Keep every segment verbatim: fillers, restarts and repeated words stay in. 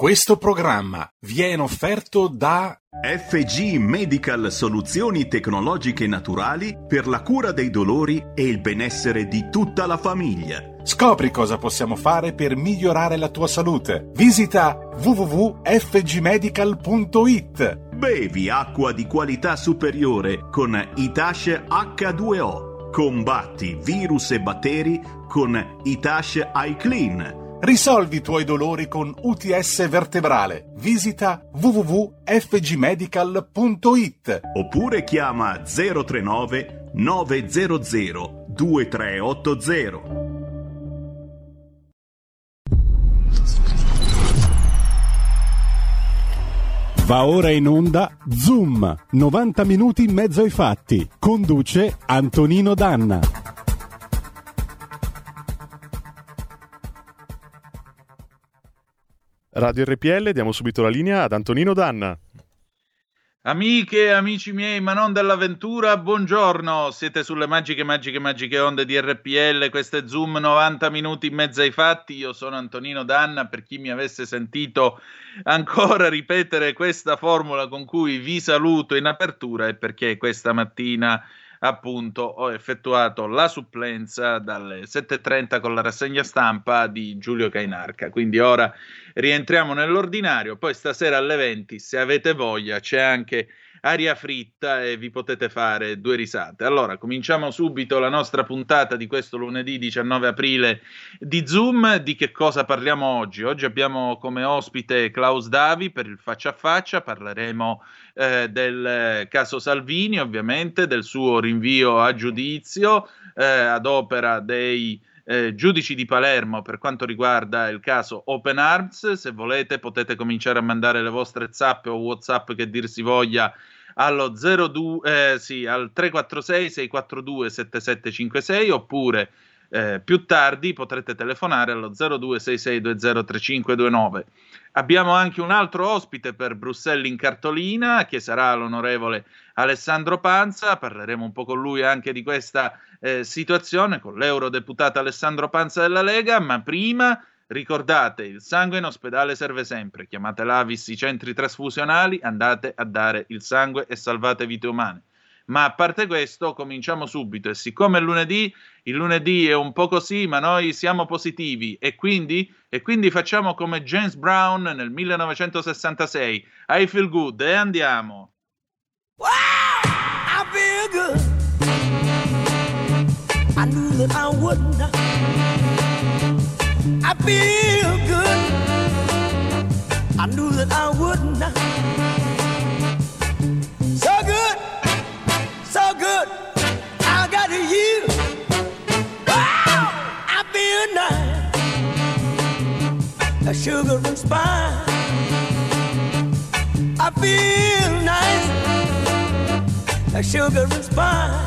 Questo programma viene offerto da F G Medical Soluzioni Tecnologiche Naturali per la cura dei dolori e il benessere di tutta la famiglia. Scopri cosa possiamo fare per migliorare la tua salute. Visita w w w punto f g medical punto i t. Bevi acqua di qualità superiore con Itash acca due o. Combatti virus e batteri con Itash iClean. Risolvi i tuoi dolori con U T S vertebrale. Visita w w w punto f g medical punto i t. Oppure chiama zero tre nove nove zero zero due tre otto zero. Va ora in onda Zoom, novanta minuti in mezzo ai fatti. Conduce Antonino Danna. Radio R P L, diamo subito la linea ad Antonino Danna. Amiche e amici miei, ma non dell'avventura, buongiorno, siete sulle magiche, magiche, magiche onde di R P L, questo è Zoom, novanta minuti in mezzo ai fatti, io sono Antonino Danna, per chi mi avesse sentito ancora ripetere questa formula con cui vi saluto in apertura è perché questa mattina appunto ho effettuato la supplenza dalle sette e trenta con la rassegna stampa di Giulio Cainarca, quindi ora rientriamo nell'ordinario, poi stasera alle venti, se avete voglia, c'è anche aria fritta e vi potete fare due risate. Allora, cominciamo subito la nostra puntata di questo lunedì diciannove aprile di Zoom. Di che cosa parliamo oggi? Oggi abbiamo come ospite Klaus Davi per il faccia a faccia, parleremo eh, del caso Salvini, ovviamente, del suo rinvio a giudizio eh, ad opera dei Eh, giudici di Palermo per quanto riguarda il caso Open Arms. Se volete potete cominciare a mandare le vostre zappe o WhatsApp che dir si voglia allo zero due, eh, sì, al tre quattro sei sei quattro due sette sette cinque sei oppure eh, più tardi potrete telefonare allo zero due sei sei due zero tre cinque due nove. Abbiamo anche un altro ospite per Bruxelles in cartolina che sarà l'onorevole Alessandro Panza, parleremo un po' con lui anche di questa eh, situazione con l'eurodeputato Alessandro Panza della Lega, ma prima ricordate, il sangue in ospedale serve sempre, chiamate l'Avis, i centri trasfusionali, andate a dare il sangue e salvate vite umane. Ma a parte questo cominciamo subito e siccome è lunedì, il lunedì è un po' così, ma noi siamo positivi e quindi, e quindi facciamo come James Brown nel millenovecentosessantasei, I Feel Good, e andiamo. Wow, I feel good. I knew that I wouldn't. I feel good. I knew that I wouldn't. So good, so good. I got you. Wow, I feel nice. A sugar and spice. I feel nice. A sugar and spice.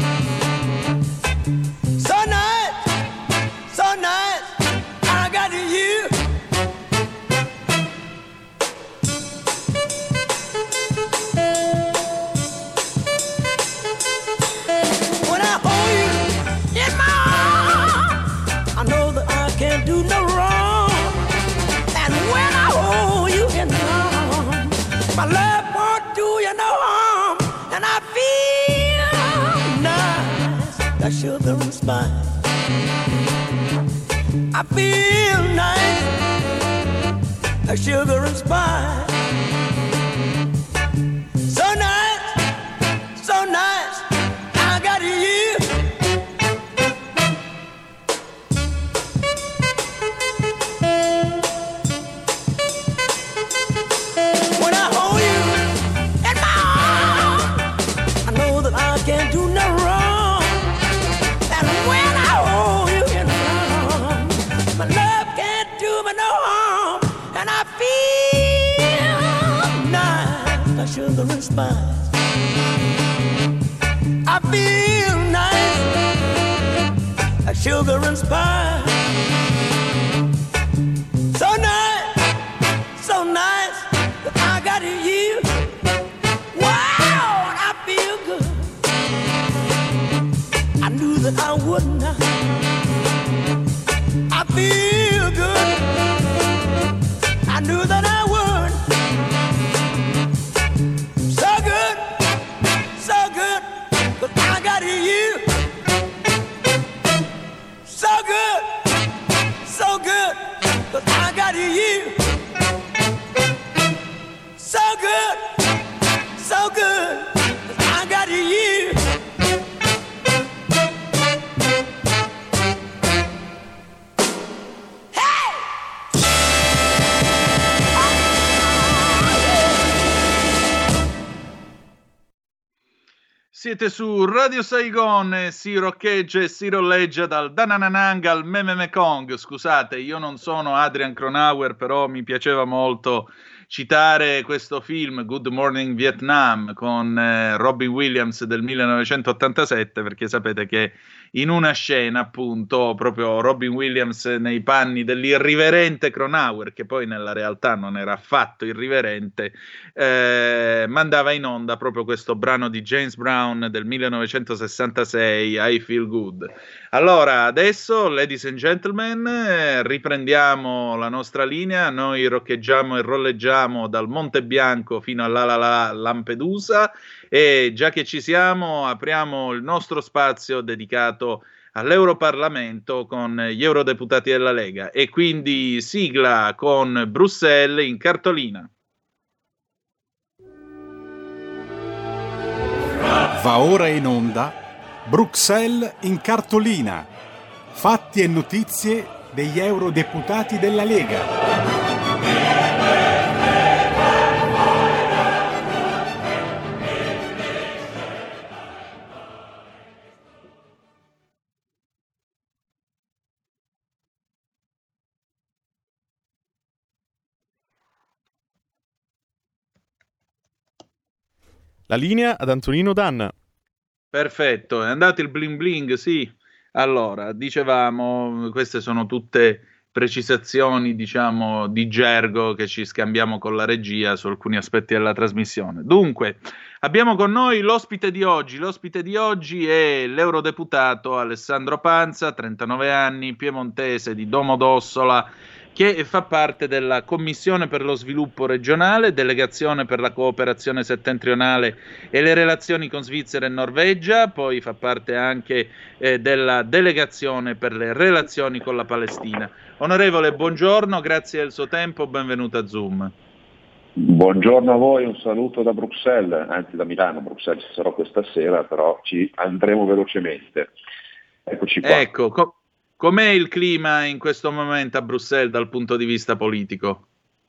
So nice, so nice, I got you. When I hold you in my arms, I know that I can't do no wrong. And when I hold you in my arms, my love won't do you no harm. And I feel nice, that sugar and spice. I feel nice, that sugar and spice. So nice, so nice, I got you. When I hold you in my arms, I know that I can't do no wrong. And when I hold you in my arms, my love can't do me no harm. And I feel nice, like sugar and spice. I feel nice, like sugar and spice. So nice, so nice, that I got you. Wow, I feel good. I knew that I wouldn't. I feel good. I knew that you. So good, so good. I got you. Siete su Radio Saigon e si roccheggia e si rolleggia dal Dananang al Mememekong. Scusate, io non sono Adrian Cronauer, però mi piaceva molto citare questo film Good Morning Vietnam con eh, Robin Williams del millenovecentottantasette, perché sapete che in una scena appunto proprio Robin Williams nei panni dell'irriverente Cronauer, che poi nella realtà non era affatto irriverente, eh, mandava in onda proprio questo brano di James Brown del millenovecentosessantasei, I Feel Good. Allora adesso, ladies and gentlemen, eh, riprendiamo la nostra linea. Noi roccheggiamo e rolleggiamo dal Monte Bianco fino alla la la Lampedusa, e già che ci siamo apriamo il nostro spazio dedicato all'Europarlamento con gli eurodeputati della Lega, e quindi sigla con Bruxelles in cartolina. Va ora in onda Bruxelles in cartolina. Fatti e notizie degli eurodeputati della Lega. La linea ad Antonino Danna. Perfetto, è andato il bling bling, sì. Allora, dicevamo, queste sono tutte precisazioni, diciamo, di gergo che ci scambiamo con la regia su alcuni aspetti della trasmissione. Dunque, abbiamo con noi l'ospite di oggi. L'ospite di oggi è l'eurodeputato Alessandro Panza, trentanove anni, piemontese di Domodossola, che fa parte della Commissione per lo Sviluppo Regionale, Delegazione per la Cooperazione Settentrionale e le relazioni con Svizzera e Norvegia, poi fa parte anche eh, della Delegazione per le relazioni con la Palestina. Onorevole, buongiorno, grazie del suo tempo, benvenuto a Zoom. Buongiorno a voi, un saluto da Bruxelles, anzi da Milano. Bruxelles ci sarò questa sera, però ci andremo velocemente. Eccoci qua. Ecco, co- com'è il clima in questo momento a Bruxelles dal punto di vista politico?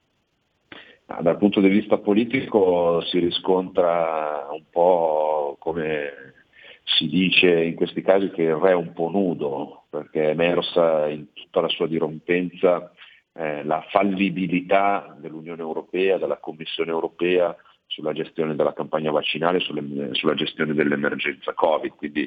Ah, dal punto di vista politico si riscontra un po', come si dice in questi casi, che il re è un po' nudo, perché è emersa in tutta la sua dirompenza eh, la fallibilità dell'Unione Europea, della Commissione Europea sulla gestione della campagna vaccinale, sulle, sulla gestione dell'emergenza Covid. Quindi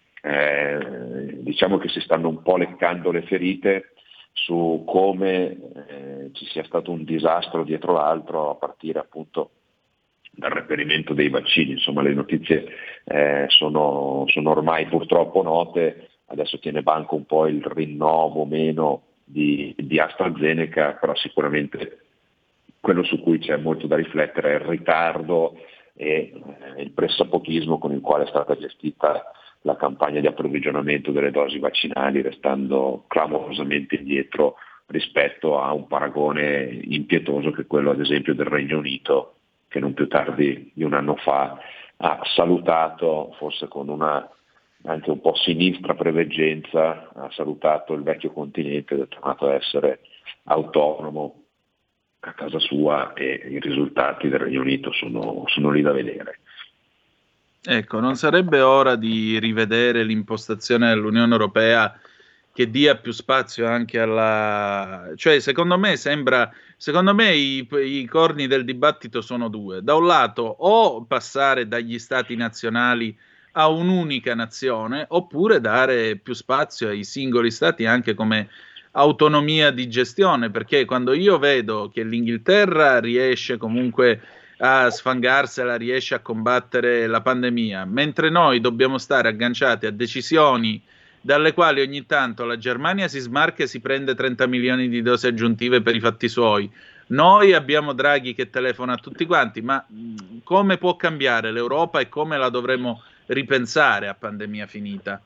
eh, diciamo che si stanno un po' leccando le ferite su come eh, ci sia stato un disastro dietro l'altro, a partire appunto dal reperimento dei vaccini. Insomma, le notizie eh, sono, sono ormai purtroppo note. Adesso tiene banco un po' il rinnovo o meno di, di AstraZeneca, però sicuramente quello su cui c'è molto da riflettere è il ritardo e eh, il pressapochismo con il quale è stata gestita la campagna di approvvigionamento delle dosi vaccinali, restando clamorosamente indietro rispetto a un paragone impietoso che è quello ad esempio del Regno Unito, che non più tardi di un anno fa ha salutato, forse con una anche un po' sinistra preveggenza, ha salutato il vecchio continente ed è tornato a essere autonomo a casa sua, e i risultati del Regno Unito sono, sono lì da vedere. Ecco, non sarebbe ora di rivedere l'impostazione dell'Unione Europea, che dia più spazio anche alla... Cioè, secondo me sembra... Secondo me i, i corni del dibattito sono due. Da un lato, o passare dagli stati nazionali a un'unica nazione, oppure dare più spazio ai singoli stati anche come autonomia di gestione, perché quando io vedo che l'Inghilterra riesce comunque a sfangarsela, riesce a combattere la pandemia, mentre noi dobbiamo stare agganciati a decisioni dalle quali ogni tanto la Germania si smarca e si prende trenta milioni di dosi aggiuntive per i fatti suoi. Noi abbiamo Draghi che telefona a tutti quanti, ma mh, come può cambiare l'Europa e come la dovremo ripensare a pandemia finita?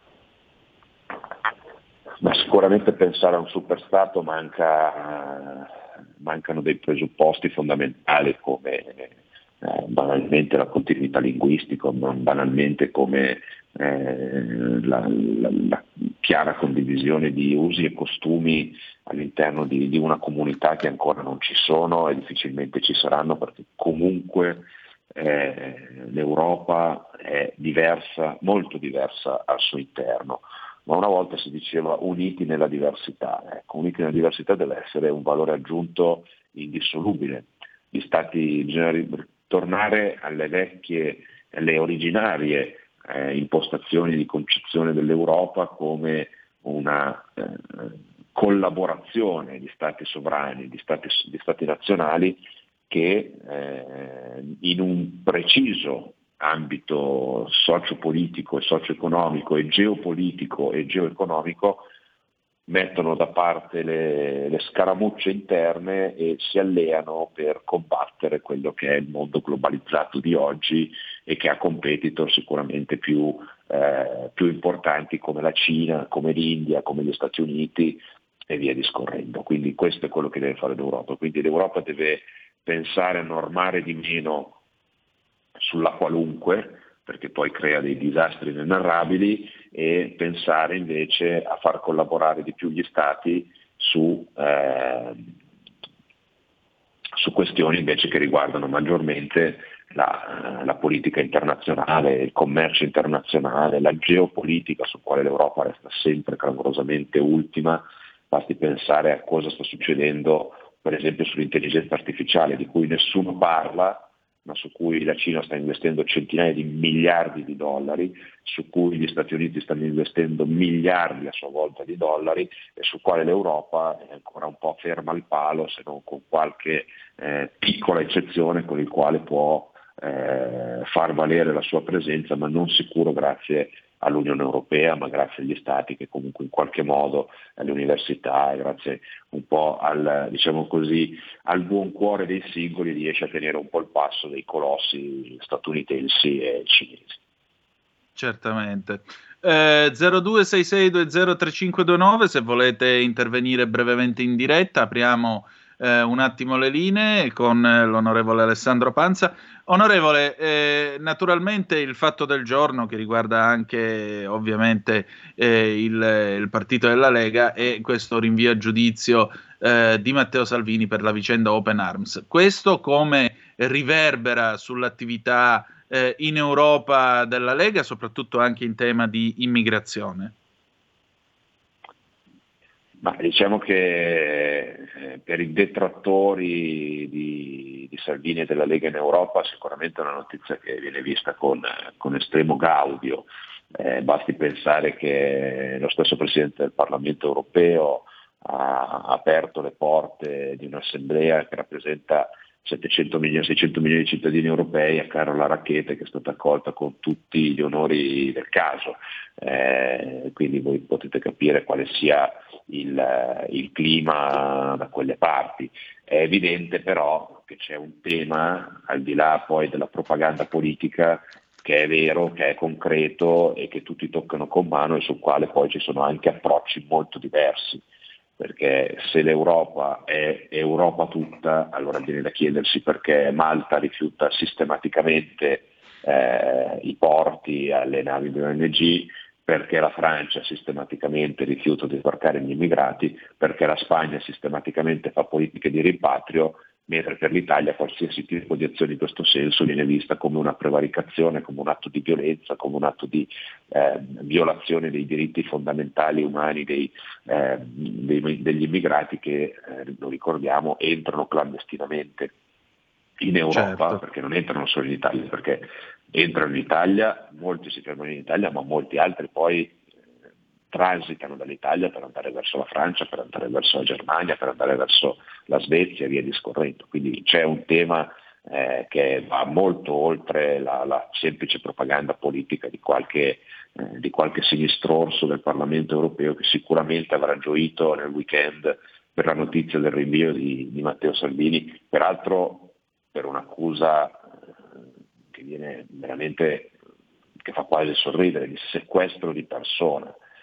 Ma sicuramente pensare a un superstato manca, mancano dei presupposti fondamentali come eh, banalmente la continuità linguistica, banalmente come eh, la, la, la chiara condivisione di usi e costumi all'interno di, di una comunità che ancora non ci sono e difficilmente ci saranno, perché comunque eh, l'Europa è diversa, molto diversa al suo interno. Ma una volta si diceva uniti nella diversità. Ecco, uniti nella diversità deve essere un valore aggiunto indissolubile. Gli stati generali, tornare alle vecchie, alle originarie eh, impostazioni di concezione dell'Europa come una eh, collaborazione di stati sovrani, di stati, di stati nazionali che eh, in un preciso ambito sociopolitico e socio-economico e geopolitico e geoeconomico mettono da parte le, le scaramucce interne e si alleano per combattere quello che è il mondo globalizzato di oggi e che ha competitor sicuramente più, eh, più importanti come la Cina, come l'India, come gli Stati Uniti e via discorrendo. Quindi questo è quello che deve fare l'Europa. Quindi l'Europa deve pensare a normare di meno sulla qualunque, perché poi crea dei disastri inenarrabili, e pensare invece a far collaborare di più gli stati su, eh, su questioni invece che riguardano maggiormente la, la politica internazionale, il commercio internazionale, la geopolitica, su quale l'Europa resta sempre clamorosamente ultima. Basti pensare a cosa sta succedendo per esempio sull'intelligenza artificiale, di cui nessuno parla, ma su cui la Cina sta investendo centinaia di miliardi di dollari, su cui gli Stati Uniti stanno investendo miliardi a sua volta di dollari e sul quale l'Europa è ancora un po' ferma al palo, se non con qualche eh, piccola eccezione con il quale può eh, far valere la sua presenza, ma non sicuro grazie all'Unione Europea, ma grazie agli Stati che comunque in qualche modo, alle università, grazie un po' al, diciamo così, al buon cuore dei singoli, riesce a tenere un po' il passo dei colossi statunitensi e cinesi. Certamente. Eh, zero due sei sei due zero tre cinque due nove, se volete intervenire brevemente in diretta, apriamo eh, un attimo le linee con eh, l'onorevole Alessandro Panza. Onorevole, eh, naturalmente il fatto del giorno, che riguarda anche ovviamente eh, il, il partito della Lega, è questo rinvio a giudizio eh, di Matteo Salvini per la vicenda Open Arms. Questo come riverbera sull'attività eh, in Europa della Lega, soprattutto anche in tema di immigrazione? Ma diciamo che eh, per i detrattori di, di Salvini e della Lega in Europa sicuramente è una notizia che viene vista con, con estremo gaudio. Eh, basti pensare che lo stesso Presidente del Parlamento europeo ha aperto le porte di un'assemblea che rappresenta settecento milioni, seicento milioni di cittadini europei a Carola Rackete, che è stata accolta con tutti gli onori del caso. Eh, quindi voi potete capire quale sia il, il clima da quelle parti. È evidente però che c'è un tema, al di là poi della propaganda politica, che è vero, che è concreto e che tutti toccano con mano e sul quale poi ci sono anche approcci molto diversi. Perché se l'Europa è Europa tutta, allora viene da chiedersi perché Malta rifiuta sistematicamente eh, i porti alle navi dell'O N G, perché la Francia sistematicamente rifiuta di sbarcare gli immigrati, perché la Spagna sistematicamente fa politiche di rimpatrio, mentre per l'Italia qualsiasi tipo di azione in questo senso viene vista come una prevaricazione, come un atto di violenza, come un atto di eh, violazione dei diritti fondamentali umani dei, eh, dei, degli immigrati che, eh, lo ricordiamo, entrano clandestinamente in Europa, certo. Perché non entrano solo in Italia, perché entrano in Italia, molti si fermano in Italia, ma molti altri poi transitano dall'Italia per andare verso la Francia, per andare verso la Germania, per andare verso la Svezia e via discorrendo. Quindi c'è un tema eh, che va molto oltre la, la semplice propaganda politica di qualche, eh, di qualche sinistrorso del Parlamento europeo che sicuramente avrà gioito nel weekend per la notizia del rinvio di, di Matteo Salvini, peraltro per un'accusa eh, che viene veramente, che fa quasi sorridere, di sequestro di persona.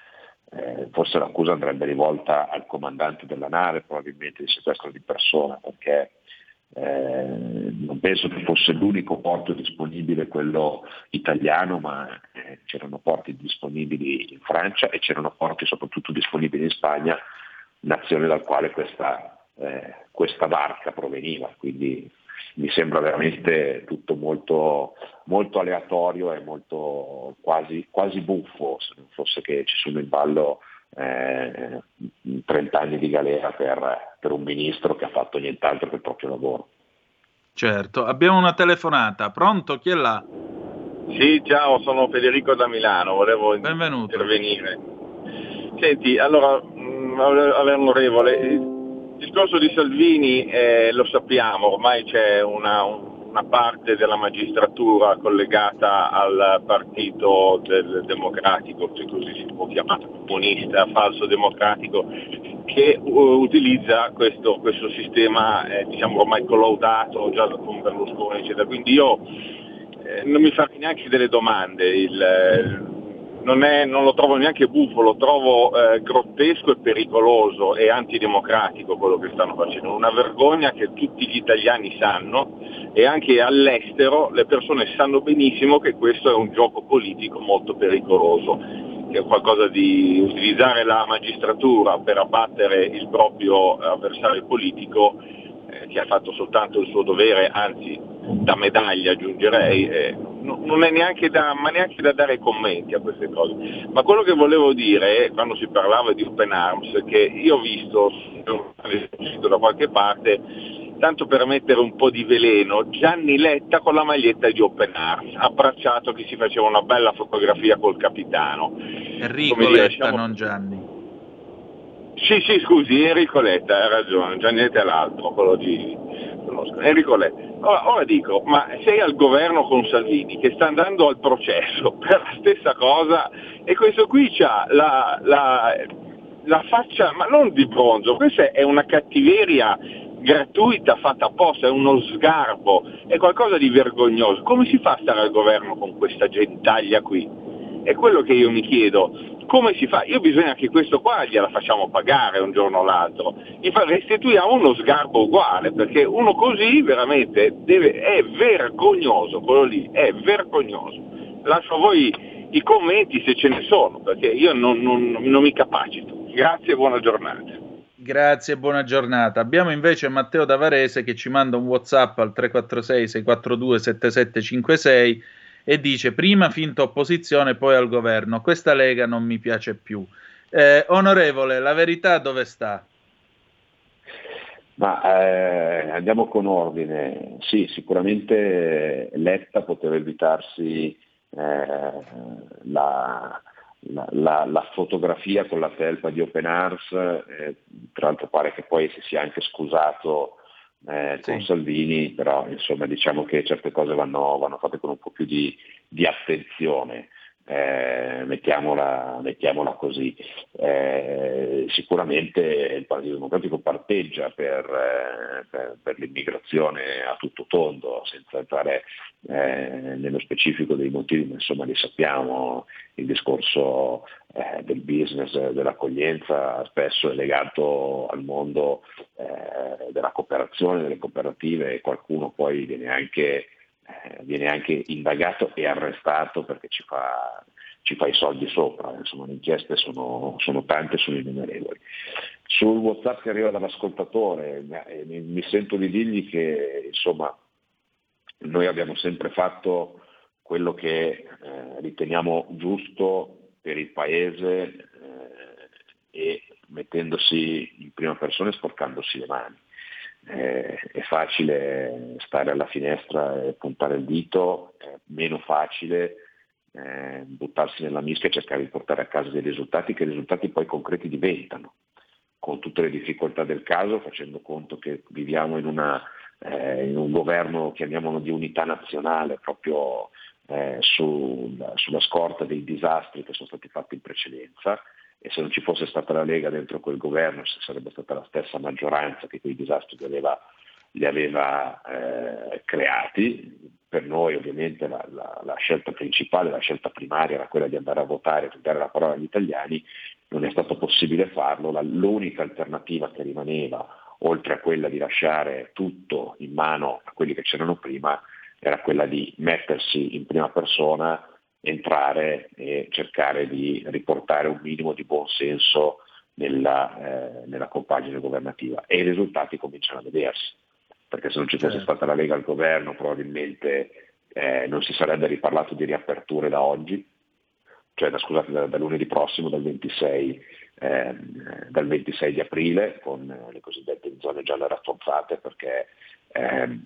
eh, forse l'accusa andrebbe rivolta al comandante della nave, probabilmente di sequestro di persona, perché eh, non penso che fosse l'unico porto disponibile quello italiano, ma eh, c'erano porti disponibili in Francia e c'erano porti soprattutto disponibili in Spagna, nazione dal quale questa, eh, questa barca proveniva, quindi mi sembra veramente tutto molto, molto aleatorio e molto quasi, quasi buffo, se non fosse che ci sono in ballo eh, trenta anni di galera per, per un ministro che ha fatto nient'altro che il proprio lavoro. Certo, abbiamo una telefonata, pronto? Chi è là? Sì, ciao, sono Federico da Milano, volevo Benvenuto. intervenire. Senti, allora, onorevole, il discorso di Salvini eh, lo sappiamo, ormai c'è una, una parte della magistratura collegata al partito del democratico, se così si può chiamare, comunista, falso democratico, che uh, utilizza questo, questo sistema eh, diciamo ormai collaudato già con Berlusconi, eccetera. Quindi io eh, non mi farei neanche delle domande, il, eh, non, è, non lo trovo neanche buffo, lo trovo eh, grottesco e pericoloso e antidemocratico quello che stanno facendo, una vergogna che tutti gli italiani sanno e anche all'estero le persone sanno benissimo che questo è un gioco politico molto pericoloso, che è qualcosa di utilizzare la magistratura per abbattere il proprio avversario politico eh, che ha fatto soltanto il suo dovere, anzi da medaglia aggiungerei, eh, no, non è neanche da, ma neanche da dare commenti a queste cose. Ma quello che volevo dire, quando si parlava di Open Arms, che io ho visto da qualche parte, tanto per mettere un po' di veleno, Gianni Letta con la maglietta di Open Arms, abbracciato, che si faceva una bella fotografia col capitano. Enrico Come Letta, dire, siamo... non Gianni. Sì, sì, scusi, Enrico Letta, ha ragione, Gianni Letta è l'altro, quello di... Enrico Letta. Ora, ora dico, ma sei al governo con Salvini che sta andando al processo per la stessa cosa e questo qui c'ha la, la, la faccia, ma non di bronzo, questa è una cattiveria gratuita fatta apposta, è uno sgarbo, è qualcosa di vergognoso. Come si fa a stare al governo con questa gentaglia qui? È quello che io mi chiedo. Come si fa? Io bisogna che questo qua gliela facciamo pagare un giorno o l'altro, gli restituiamo uno sgarbo uguale, perché uno così veramente deve, è vergognoso, quello lì è vergognoso. Lascio a voi i commenti se ce ne sono, perché io non, non, non mi capacito. Grazie e buona giornata. Grazie e buona giornata. Abbiamo invece Matteo da Varese che ci manda un WhatsApp al tre quattro sei sei quattro due sette sette cinque sei e dice: prima finta opposizione, poi al governo. Questa Lega non mi piace più. Eh, onorevole, la verità dove sta? Ma eh, andiamo con ordine. Sì, sicuramente Letta poteva evitarsi eh, la, la, la, la fotografia con la felpa di Open Arms, eh, tra l'altro pare che poi si sia anche scusato Eh, con sì. Salvini, però insomma diciamo che certe cose vanno, vanno fatte con un po' più di, di attenzione, eh, mettiamola, mettiamola così. Eh, sicuramente il Partito Democratico parteggia per, eh, per, per l'immigrazione a tutto tondo, senza entrare eh, nello specifico dei motivi, ma insomma li sappiamo. Il discorso eh, del business, dell'accoglienza spesso è legato al mondo eh, della cooperazione, delle cooperative, e qualcuno poi viene anche, eh, viene anche indagato e arrestato perché ci fa, ci fa i soldi sopra. Insomma, le inchieste sono, sono tante, sono innumerevoli. Sul WhatsApp che arriva dall'ascoltatore eh, mi, mi sento di dirgli che insomma noi abbiamo sempre fatto quello che eh, riteniamo giusto per il Paese eh, e mettendosi in prima persona e sporcandosi le mani. Eh, è facile stare alla finestra e puntare il dito, è meno facile eh, buttarsi nella mischia e cercare di portare a casa dei risultati che i risultati poi concreti diventano, con tutte le difficoltà del caso, facendo conto che viviamo in, una, eh, in un governo, chiamiamolo, di unità nazionale, proprio Eh, sulla, sulla scorta dei disastri che sono stati fatti in precedenza, e se non ci fosse stata la Lega dentro quel governo, se sarebbe stata la stessa maggioranza che quei disastri li aveva, li aveva eh, creati. Per noi ovviamente la, la, la scelta principale, la scelta primaria era quella di andare a votare e dare la parola agli italiani, non è stato possibile farlo. La, l'unica alternativa che rimaneva, oltre a quella di lasciare tutto in mano a quelli che c'erano prima, era quella di mettersi in prima persona, entrare e cercare di riportare un minimo di buonsenso nella, eh, nella compagine governativa, e i risultati cominciano a vedersi, perché se non ci fosse stata la Lega al governo probabilmente eh, non si sarebbe riparlato di riaperture da oggi, cioè da, scusate, da, da lunedì prossimo, dal ventisei, eh, dal ventisei di aprile, con eh, le cosiddette zone gialle rafforzate, perché eh,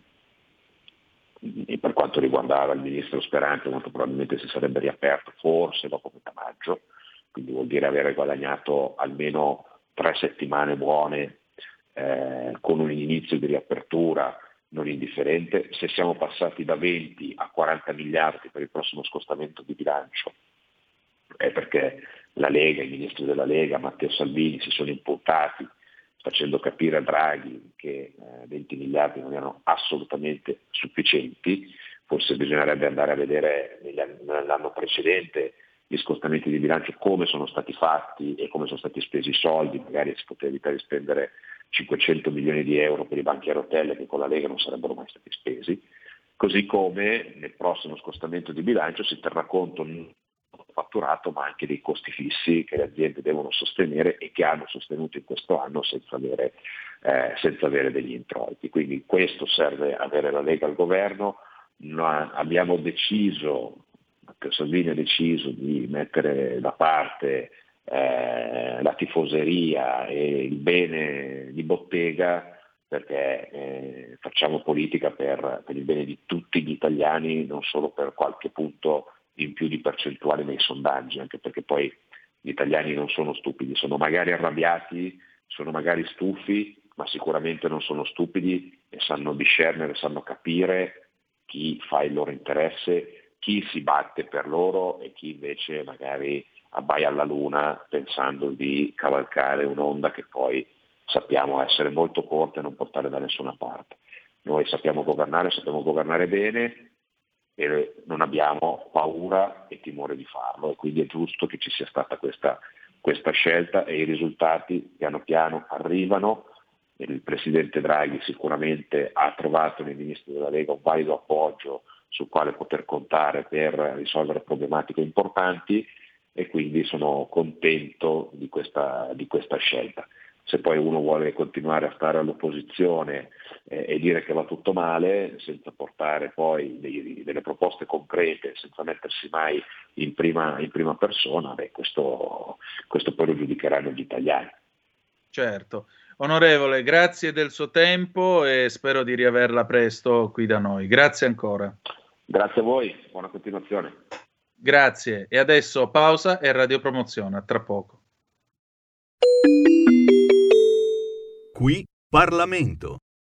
per quanto riguardava il ministro Speranza molto probabilmente si sarebbe riaperto forse dopo metà maggio, quindi vuol dire avere guadagnato almeno tre settimane buone eh, con un inizio di riapertura non indifferente. Se siamo passati da venti a quaranta miliardi per il prossimo scostamento di bilancio è perché la Lega, i ministri della Lega, Matteo Salvini, si sono imputati facendo capire a Draghi che eh, venti miliardi non erano assolutamente sufficienti. Forse bisognerebbe andare a vedere negli anni, nell'anno precedente gli scostamenti di bilancio, come sono stati fatti e come sono stati spesi i soldi. Magari si poteva evitare di spendere cinquecento milioni di euro per i banchi a rotelle che con la Lega non sarebbero mai stati spesi, così come nel prossimo scostamento di bilancio si terrà conto non fatturato ma anche dei costi fissi che le aziende devono sostenere e che hanno sostenuto in questo anno senza avere, eh, senza avere degli introiti. Quindi questo serve avere la Lega al governo. No, abbiamo deciso, Matteo Salvini ha deciso di mettere da parte eh, la tifoseria e il bene di bottega, perché eh, facciamo politica per, per il bene di tutti gli italiani, non solo per qualche punto in più di percentuale nei sondaggi, anche perché poi gli italiani non sono stupidi, sono magari arrabbiati, sono magari stufi, ma sicuramente non sono stupidi e sanno discernere, sanno capire chi fa il loro interesse, chi si batte per loro e chi invece magari abbaia alla luna pensando di cavalcare un'onda che poi sappiamo essere molto corta e non portare da nessuna parte. Noi sappiamo governare, sappiamo governare bene, e non abbiamo paura e timore di farlo, e quindi è giusto che ci sia stata questa, questa scelta, e i risultati piano piano arrivano. Il Presidente Draghi sicuramente ha trovato nei ministri della Lega un valido appoggio sul quale poter contare per risolvere problematiche importanti, e quindi sono contento di questa, di questa scelta. Se poi uno vuole continuare a stare all'opposizione eh, e dire che va tutto male, senza portare poi dei, delle proposte concrete, senza mettersi mai in prima, in prima persona, beh, questo, questo poi lo giudicheranno gli italiani. Certo. Onorevole, grazie del suo tempo e spero di riaverla presto qui da noi. Grazie ancora. Grazie a voi, buona continuazione. Grazie. E adesso pausa e radiopromozione, a tra poco. Qui Parlamento.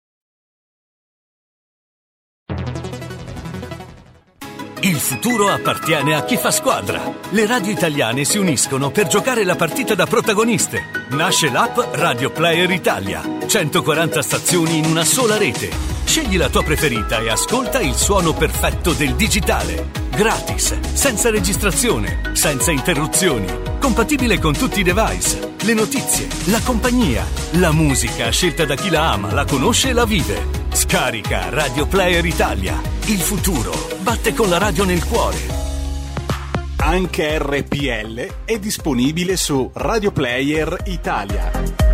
Il futuro appartiene a chi fa squadra. Le radio italiane si uniscono per giocare la partita da protagoniste. Nasce l'app Radio Player Italia. centoquaranta stazioni in una sola rete. Scegli la tua preferita e ascolta il suono perfetto del digitale. Gratis, senza registrazione, senza interruzioni. Compatibile con tutti i device. Le notizie, la compagnia, la musica scelta da chi la ama, la conosce e la vive. Scarica Radio Player Italia. Il futuro batte con la radio nel cuore. Anche R P L è disponibile su Radio Player Italia.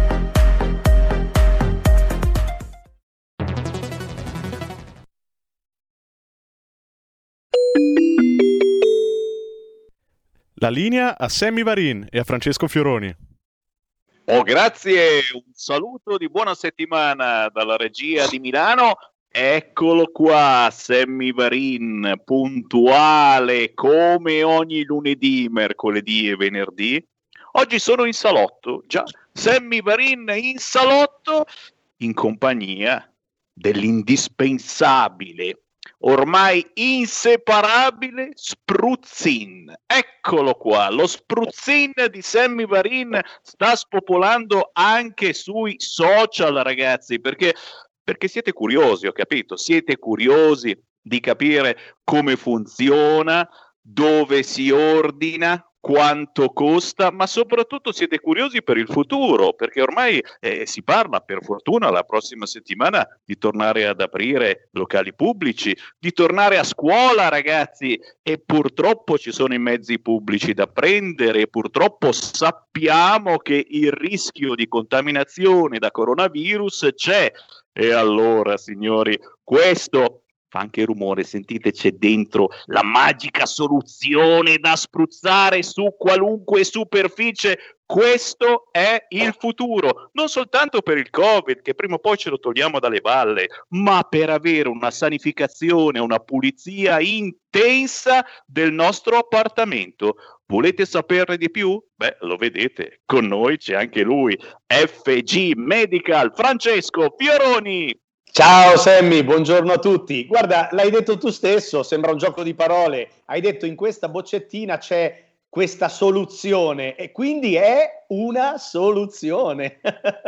La linea a Sammy Varin e a Francesco Fioroni. Oh, grazie, un saluto di buona settimana dalla regia di Milano. Eccolo qua, Sammy Varin, puntuale come ogni lunedì, mercoledì e venerdì. Oggi sono in salotto, già, Sammy Varin in salotto, in compagnia dell'indispensabile, ormai inseparabile Spruzzin. Eccolo qua, lo Spruzzin di Sammy Varin sta spopolando anche sui social, ragazzi, perché perché siete curiosi, ho capito, siete curiosi di capire come funziona, dove si ordina, quanto costa, ma soprattutto siete curiosi per il futuro, perché ormai eh, si parla, per fortuna, la prossima settimana di tornare ad aprire locali pubblici, di tornare a scuola, ragazzi, e purtroppo ci sono i mezzi pubblici da prendere, e purtroppo sappiamo che il rischio di contaminazione da coronavirus c'è. E allora, signori, questo fa anche rumore, sentite, c'è dentro la magica soluzione da spruzzare su qualunque superficie. Questo è il futuro, non soltanto per il Covid, che prima o poi ce lo togliamo dalle balle, ma per avere una sanificazione, una pulizia intensa del nostro appartamento. Volete saperne di più? Beh, lo vedete, con noi c'è anche lui, F G Medical, Francesco Fioroni. Ciao Sammy, buongiorno a tutti. Guarda, l'hai detto tu stesso, sembra un gioco di parole. Hai detto in questa boccettina c'è questa soluzione e quindi è una soluzione.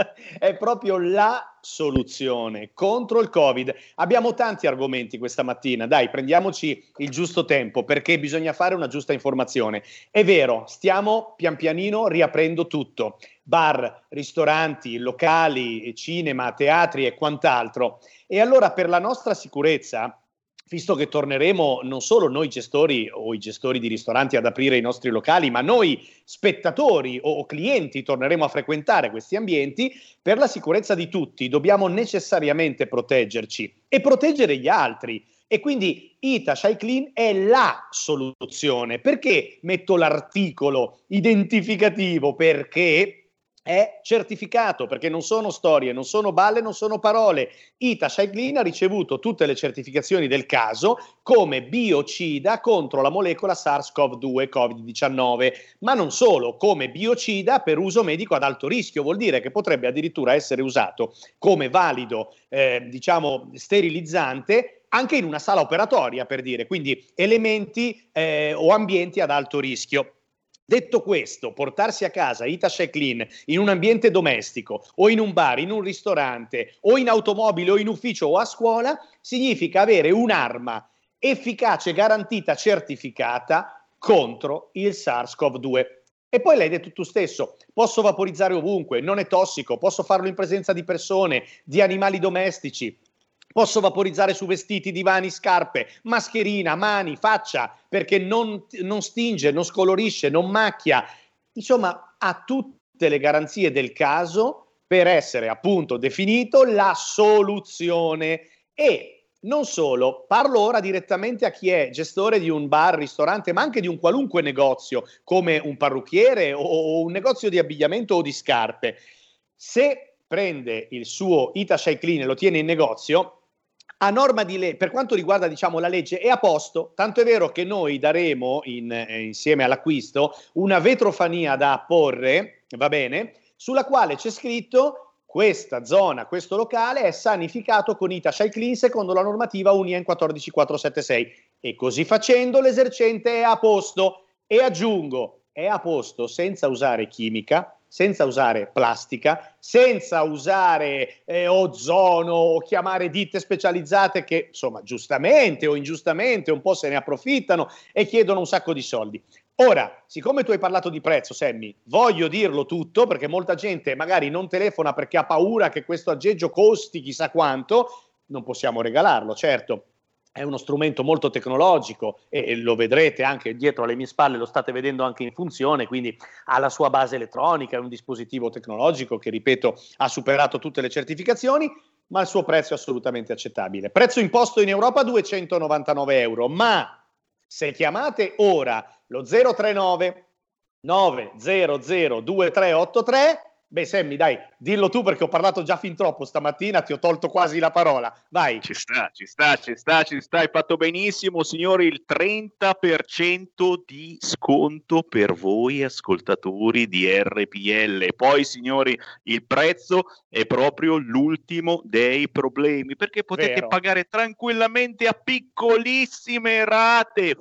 È proprio la soluzione contro il Covid. Abbiamo tanti argomenti questa mattina, dai, prendiamoci il giusto tempo perché bisogna fare una giusta informazione. È vero, stiamo pian pianino riaprendo tutto. Bar, ristoranti, locali, cinema, teatri e quant'altro. E allora per la nostra sicurezza, visto che torneremo non solo noi gestori o i gestori di ristoranti ad aprire i nostri locali, ma noi spettatori o clienti torneremo a frequentare questi ambienti, per la sicurezza di tutti dobbiamo necessariamente proteggerci e proteggere gli altri. E quindi Hitachi iClean è la soluzione. Perché metto l'articolo identificativo? Perché è certificato, perché non sono storie, non sono balle, non sono parole. Hitachi iClean ha ricevuto tutte le certificazioni del caso come biocida contro la molecola SARS-CoV due covid diciannove, ma non solo, come biocida per uso medico ad alto rischio, vuol dire che potrebbe addirittura essere usato come valido, eh, diciamo, sterilizzante anche in una sala operatoria, per dire, quindi elementi eh, o ambienti ad alto rischio. Detto questo, portarsi a casa Hitachi iClean in un ambiente domestico o in un bar, in un ristorante o in automobile o in ufficio o a scuola significa avere un'arma efficace, garantita, certificata contro il SARS-CoV due. E poi l'hai detto tu stesso, posso vaporizzare ovunque, non è tossico, posso farlo in presenza di persone, di animali domestici. Posso vaporizzare su vestiti, divani, scarpe, mascherina, mani, faccia, perché non, non stinge, non scolorisce, non macchia. Insomma, ha tutte le garanzie del caso per essere appunto definito la soluzione. E non solo, parlo ora direttamente a chi è gestore di un bar, ristorante, ma anche di un qualunque negozio, come un parrucchiere o, o un negozio di abbigliamento o di scarpe. Se prende il suo Hitachi iClean e lo tiene in negozio, a norma di legge, per quanto riguarda diciamo la legge, è a posto, tanto è vero che noi daremo in, eh, insieme all'acquisto una vetrofania da apporre, va bene, sulla quale c'è scritto questa zona, questo locale è sanificato con Hitachi iClean secondo la normativa U N I E N quattordici quattrocentosettantasei e così facendo l'esercente è a posto. E aggiungo, è a posto senza usare chimica, senza usare plastica, senza usare eh, ozono o chiamare ditte specializzate che, insomma, giustamente o ingiustamente un po' se ne approfittano e chiedono un sacco di soldi. Ora, siccome tu hai parlato di prezzo, Sammy, voglio dirlo tutto perché molta gente magari non telefona perché ha paura che questo aggeggio costi chissà quanto, non possiamo regalarlo, certo. È uno strumento molto tecnologico e lo vedrete anche dietro alle mie spalle, lo state vedendo anche in funzione, quindi ha la sua base elettronica, è un dispositivo tecnologico che, ripeto, ha superato tutte le certificazioni, ma il suo prezzo è assolutamente accettabile. Prezzo imposto in Europa duecentonovantanove euro, ma se chiamate ora lo zero tre nove nove zero zero due tre otto tre, beh Sammy dai, dillo tu perché ho parlato già fin troppo stamattina, ti ho tolto quasi la parola, vai. Ci sta, ci sta, ci sta, ci sta, hai fatto benissimo signori, il trenta per cento di sconto per voi ascoltatori di R P L. Poi signori, il prezzo è proprio l'ultimo dei problemi, perché potete Vero. pagare tranquillamente a piccolissime rate,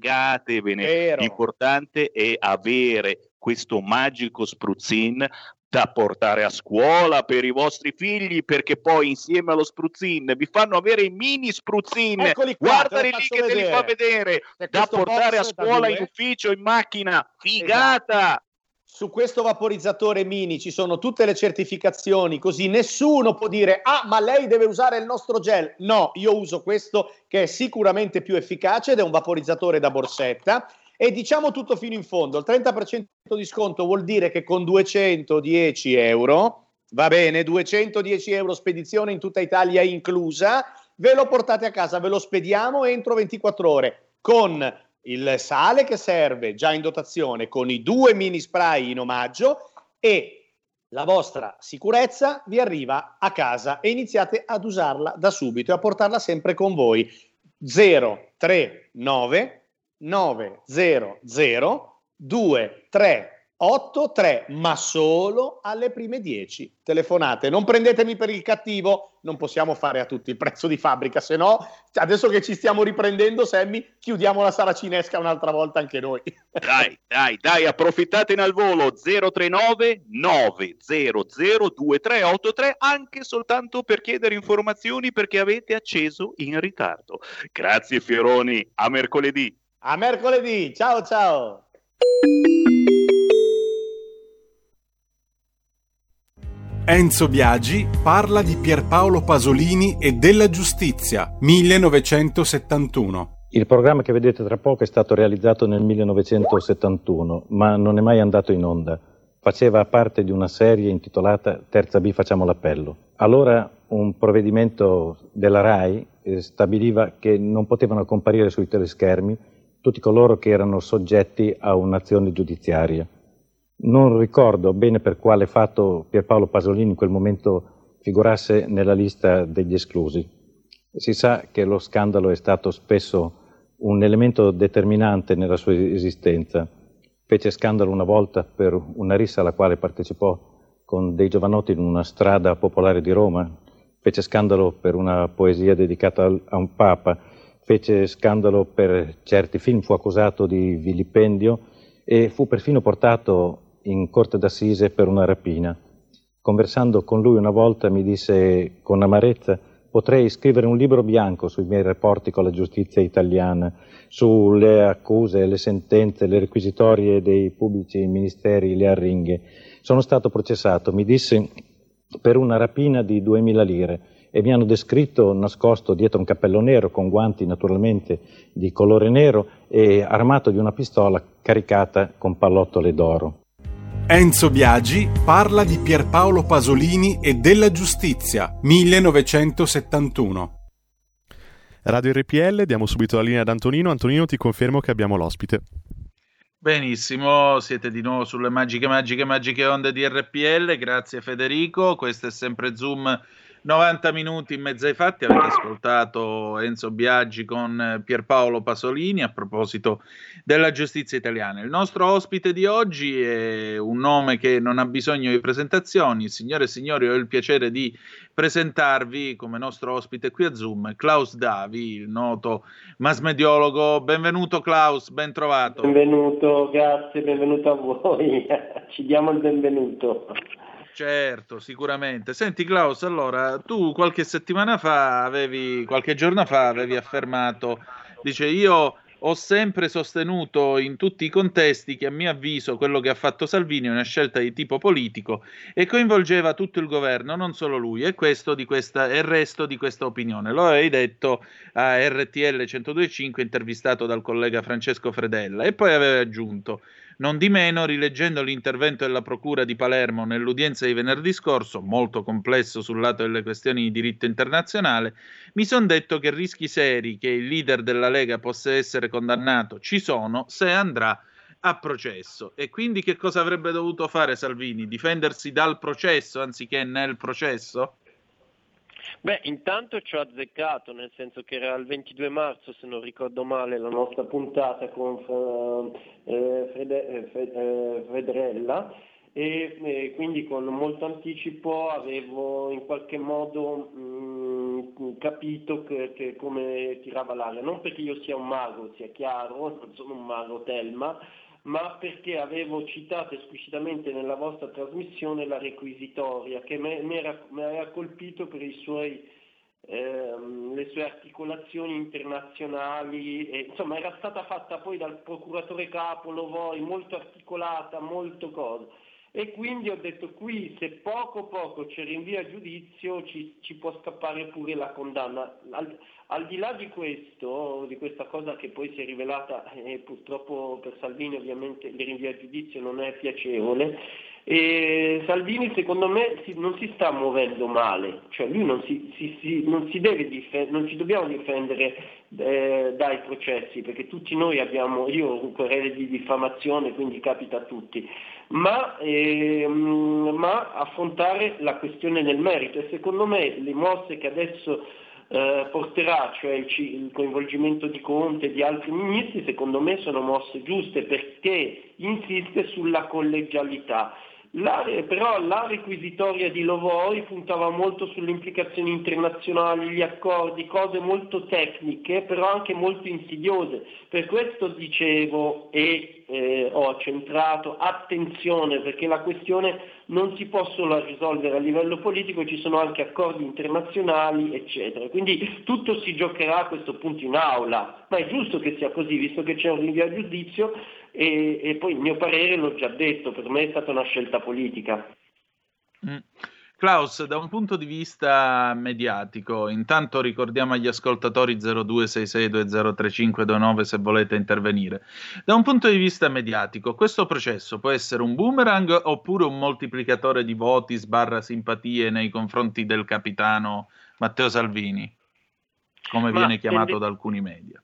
fregatevene. Vero. L'importante è avere questo magico spruzzin da portare a scuola per i vostri figli, perché poi insieme allo spruzzin vi fanno avere i mini spruzzin. Eccoli qua, Guardali te lo lì faccio che te li fa vedere. vedere, C'è da questo portare a box da scuola due. in ufficio, in macchina, figata! Esatto. Su questo vaporizzatore mini ci sono tutte le certificazioni, così nessuno può dire ah ma lei deve usare il nostro gel. No, io uso questo che è sicuramente più efficace ed è un vaporizzatore da borsetta. E diciamo tutto fino in fondo, il trenta per cento di sconto vuol dire che con duecentodieci euro, va bene, duecentodieci euro spedizione in tutta Italia inclusa, ve lo portate a casa, ve lo spediamo entro ventiquattro ore con il sale che serve già in dotazione, con i due mini spray in omaggio, e la vostra sicurezza vi arriva a casa e iniziate ad usarla da subito e a portarla sempre con voi. zero tre nove nove zero zero due tre otto tre, ma solo alle prime dieci telefonate. Non prendetemi per il cattivo, non possiamo fare a tutti il prezzo di fabbrica, se no adesso che ci stiamo riprendendo, Sammy, chiudiamo la saracinesca un'altra volta anche noi. Dai, dai, dai, approfittatene al volo. Zero tre nove nove zero zero due tre otto tre, anche soltanto per chiedere informazioni, perché avete acceso in ritardo. Grazie Fieroni, a mercoledì. A mercoledì, ciao ciao. Enzo Biagi parla di Pierpaolo Pasolini e della giustizia, millenovecentosettantuno. Il programma che vedete tra poco è stato realizzato nel millenovecentosettantuno, ma non è mai andato in onda. Faceva parte di una serie intitolata Terza B facciamo l'appello. Allora un provvedimento della RAI eh, stabiliva che non potevano comparire sui teleschermi tutti coloro che erano soggetti a un'azione giudiziaria. Non ricordo bene per quale fatto Pierpaolo Pasolini in quel momento figurasse nella lista degli esclusi. Si sa che lo scandalo è stato spesso un elemento determinante nella sua esistenza. Fece scandalo una volta per una rissa alla quale partecipò con dei giovanotti in una strada popolare di Roma, fece scandalo per una poesia dedicata a un papa, fece scandalo per certi film, fu accusato di vilipendio e fu perfino portato in corte d'assise per una rapina. Conversando con lui una volta mi disse con amarezza: potrei scrivere un libro bianco sui miei rapporti con la giustizia italiana, sulle accuse, le sentenze, le requisitorie dei pubblici ministeri, le arringhe. Sono stato processato, mi disse, per una rapina di duemila lire e mi hanno descritto nascosto dietro un cappello nero, con guanti naturalmente di colore nero e armato di una pistola caricata con pallottole d'oro. Enzo Biagi parla di Pierpaolo Pasolini e della giustizia, millenovecentosettantuno. Radio R P L, diamo subito la linea ad Antonino. Antonino, ti confermo che abbiamo l'ospite. Benissimo, siete di nuovo sulle magiche, magiche, magiche onde di R P L. Grazie Federico, questo è sempre Zoom novanta minuti in mezzo ai fatti. Avete ascoltato Enzo Biagi con Pierpaolo Pasolini a proposito della giustizia italiana. Il nostro ospite di oggi è un nome che non ha bisogno di presentazioni. Signore e signori, ho il piacere di presentarvi come nostro ospite qui a Zoom Klaus Davi, il noto massmediologo. Benvenuto Klaus, ben trovato. Benvenuto, grazie, benvenuto a voi. Ci diamo il benvenuto. Certo, sicuramente. Senti Klaus, allora, tu qualche settimana fa avevi, qualche giorno fa avevi affermato, dice, io ho sempre sostenuto in tutti i contesti che a mio avviso quello che ha fatto Salvini è una scelta di tipo politico e coinvolgeva tutto il governo, non solo lui, e questo di questa, e il resto di questa opinione. Lo avevi detto a R T L centodue e cinque intervistato dal collega Francesco Fredella, e poi aveva aggiunto: non di meno, rileggendo l'intervento della Procura di Palermo nell'udienza di venerdì scorso, molto complesso sul lato delle questioni di diritto internazionale, mi son detto che rischi seri che il leader della Lega possa essere condannato ci sono se andrà a processo. E quindi che cosa avrebbe dovuto fare Salvini? Difendersi dal processo anziché nel processo? Beh, intanto ci ho azzeccato, nel senso che era il ventidue marzo, se non ricordo male, la nostra puntata con eh, Frede, eh, Federella e eh, quindi con molto anticipo avevo in qualche modo mh, capito che, che come tirava l'aria, non perché io sia un mago, sia chiaro, non sono un mago Telma, ma perché avevo citato esplicitamente nella vostra trasmissione la requisitoria, che mi aveva colpito per i suoi, ehm, le sue articolazioni internazionali, e, insomma era stata fatta poi dal procuratore capo Lovoi, molto articolata, molto cosa. E quindi ho detto, qui se poco poco c'è rinvio a giudizio ci, ci può scappare pure la condanna. Al, al di là di questo, di questa cosa che poi si è rivelata, eh, purtroppo per Salvini ovviamente il rinvio a giudizio non è piacevole, e Salvini secondo me si, non si sta muovendo male, cioè lui non si, si, si, non si deve difendere, non ci dobbiamo difendere eh, dai processi, perché tutti noi abbiamo, io ho un querele di diffamazione, quindi capita a tutti, ma, ehm, ma affrontare la questione nel merito, e secondo me le mosse che adesso eh, porterà, cioè il, il coinvolgimento di Conte e di altri ministri, secondo me sono mosse giuste, perché insiste sulla collegialità. La, però la requisitoria di Lovoi puntava molto sulle implicazioni internazionali, gli accordi, cose molto tecniche, però anche molto insidiose. Per questo dicevo e eh, ho centrato attenzione, perché la questione non si può solo risolvere a livello politico, ci sono anche accordi internazionali, eccetera. Quindi tutto si giocherà a questo punto in aula, ma è giusto che sia così, visto che c'è un rinvio a giudizio. E, e poi il mio parere l'ho già detto, per me è stata una scelta politica. Mm. Klaus, da un punto di vista mediatico, intanto ricordiamo agli ascoltatori zero due sei sei due zero tre cinque due nove se volete intervenire. Da un punto di vista mediatico, questo processo può essere un boomerang oppure un moltiplicatore di voti sbarra simpatie nei confronti del capitano Matteo Salvini, come Ma viene chiamato tende... da alcuni media?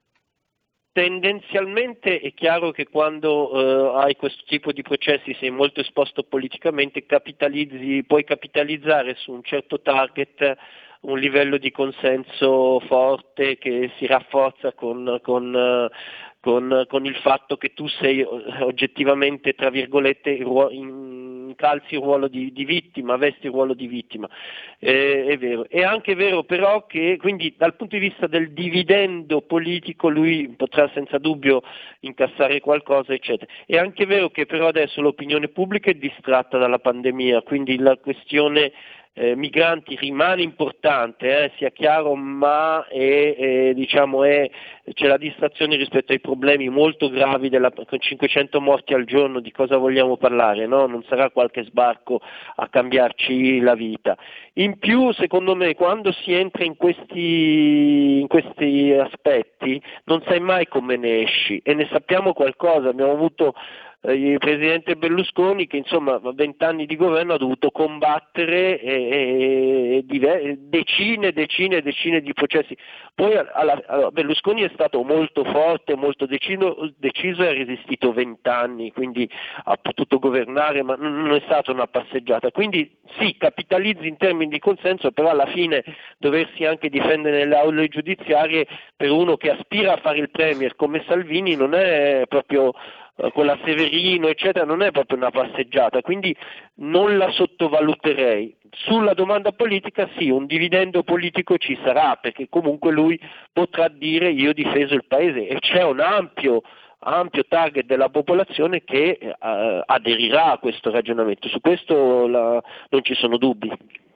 Tendenzialmente è chiaro che quando eh, hai questo tipo di processi, sei molto esposto politicamente, capitalizzi, puoi capitalizzare su un certo target un livello di consenso forte che si rafforza con, con, con, con il fatto che tu sei oggettivamente, tra virgolette, in, calzi il ruolo di, di vittima, vesti il ruolo di vittima. Eh, è vero. È anche vero però che, quindi dal punto di vista del dividendo politico, lui potrà senza dubbio incassare qualcosa, eccetera. È anche vero che però adesso l'opinione pubblica è distratta dalla pandemia, quindi la questione Eh, migranti rimane importante, eh, sia chiaro, ma è, è, diciamo è, c'è la distrazione rispetto ai problemi molto gravi della, con cinquecento morti al giorno, di cosa vogliamo parlare, no? Non sarà qualche sbarco a cambiarci la vita. In più, secondo me, quando si entra in questi, in questi aspetti non sai mai come ne esci, e ne sappiamo qualcosa. Abbiamo avuto il presidente Berlusconi che insomma a vent'anni di governo ha dovuto combattere e, e, e decine e decine e decine di processi. Poi alla, alla, Berlusconi è stato molto forte, molto deciso, deciso e ha resistito vent'anni, quindi ha potuto governare, ma non è stata una passeggiata. Quindi sì, capitalizzi in termini di consenso, però alla fine doversi anche difendere nelle aule giudiziarie per uno che aspira a fare il premier come Salvini non è proprio, con la Severino eccetera, non è proprio una passeggiata, quindi non la sottovaluterei. Sulla domanda politica sì, un dividendo politico ci sarà, perché comunque lui potrà dire io ho difeso il paese, e c'è un ampio ampio target della popolazione che eh, aderirà a questo ragionamento, su questo la, non ci sono dubbi.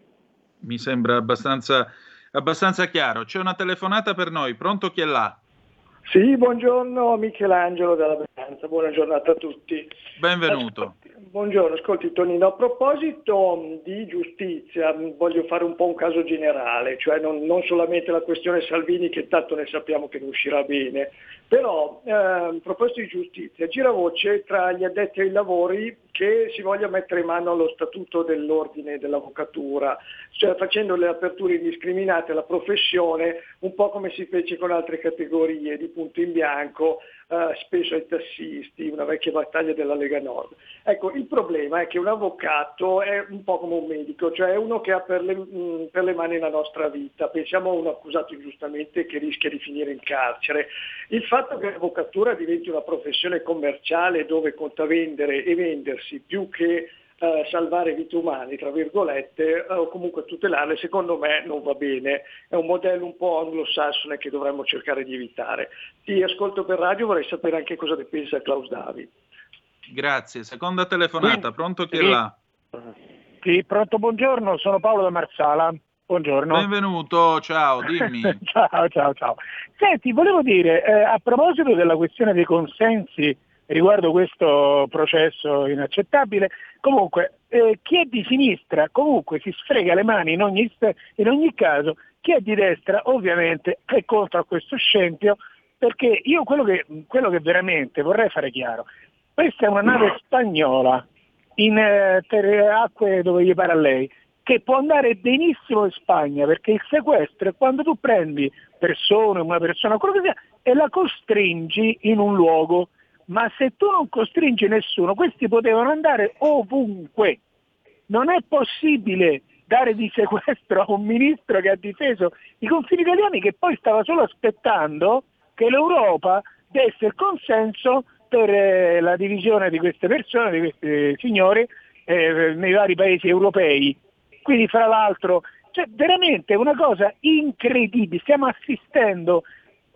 Mi sembra abbastanza, abbastanza chiaro. C'è una telefonata per noi, pronto, chi è là? Sì, buongiorno, Michelangelo della Brianza, buona giornata a tutti. Benvenuto. Ascolti, buongiorno, ascolti Tonino, a proposito di giustizia voglio fare un po' un caso generale, cioè non, non solamente la questione Salvini, che tanto ne sappiamo che non uscirà bene, però eh, a proposito di giustizia, gira voce tra gli addetti ai lavori che si voglia mettere mano allo statuto dell'ordine dell'avvocatura, cioè facendo le aperture indiscriminate alla professione, un po' come si fece con altre categorie di punto in bianco, eh, spesso ai tassisti, una vecchia battaglia della Lega Nord. Ecco, il problema è che un avvocato è un po' come un medico, cioè è uno che ha per le, mh, per le mani la nostra vita. Pensiamo a un accusato ingiustamente che rischia di finire in carcere. Il fatto che l'avvocatura diventi una professione commerciale dove conta vendere e vendersi più che Uh, salvare vite umane, tra virgolette, uh, o comunque tutelarle, secondo me non va bene. È un modello un po' anglosassone che dovremmo cercare di evitare. Ti ascolto per radio, vorrei sapere anche cosa ne pensa Klaus Davi. Grazie. Seconda telefonata, sì, pronto chi sì. è là? Sì, pronto, buongiorno, sono Paolo da Marsala. Buongiorno. Benvenuto, ciao, dimmi. ciao, ciao, ciao. Senti, volevo dire, eh, a proposito della questione dei consensi riguardo questo processo inaccettabile, comunque eh, chi è di sinistra comunque si sfrega le mani in ogni, in ogni caso, chi è di destra ovviamente è contro questo scempio, perché io quello che, quello che veramente vorrei fare chiaro, questa è una nave spagnola in eh, ter- acque dove gli pare a lei, che può andare benissimo in Spagna, perché il sequestro è quando tu prendi persone, una persona, quello che sia, e la costringi in un luogo, ma se tu non costringi nessuno, questi potevano andare ovunque. Non è possibile dare di sequestro a un ministro che ha difeso i confini italiani, che poi stava solo aspettando che l'Europa desse il consenso per eh, la divisione di queste persone, di questi signori, eh, nei vari paesi europei. Quindi fra l'altro, cioè veramente una cosa incredibile, stiamo assistendo.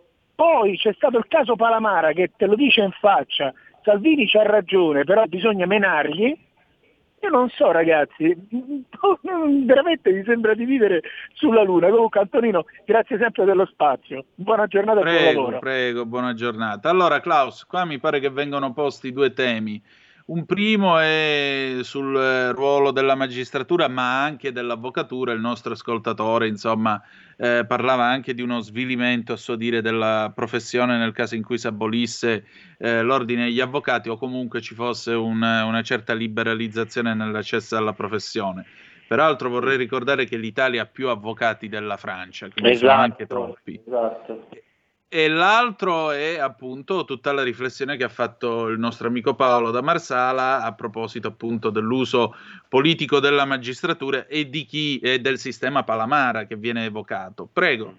Poi c'è stato il caso Palamara che te lo dice in faccia, Salvini c'ha ragione, però bisogna menargli. Io non so ragazzi, veramente mi sembra di vivere sulla luna. Comunque Antonino, grazie sempre dello spazio, buona giornata e buon Prego, lavoro. prego, buona giornata. Allora Klaus, qua mi pare che vengono posti due temi. Un primo è sul ruolo della magistratura, ma anche dell'avvocatura. Il nostro ascoltatore, insomma, eh, parlava anche di uno svilimento, a suo dire, della professione nel caso in cui si abolisse eh, l'ordine degli avvocati o comunque ci fosse un, una certa liberalizzazione nell'accesso alla professione. Peraltro vorrei ricordare che l'Italia ha più avvocati della Francia, quindi esatto, sono anche troppi. Esatto. E l'altro è appunto tutta la riflessione che ha fatto il nostro amico Paolo da Marsala a proposito appunto dell'uso politico della magistratura e di chi e del sistema Palamara che viene evocato. Prego.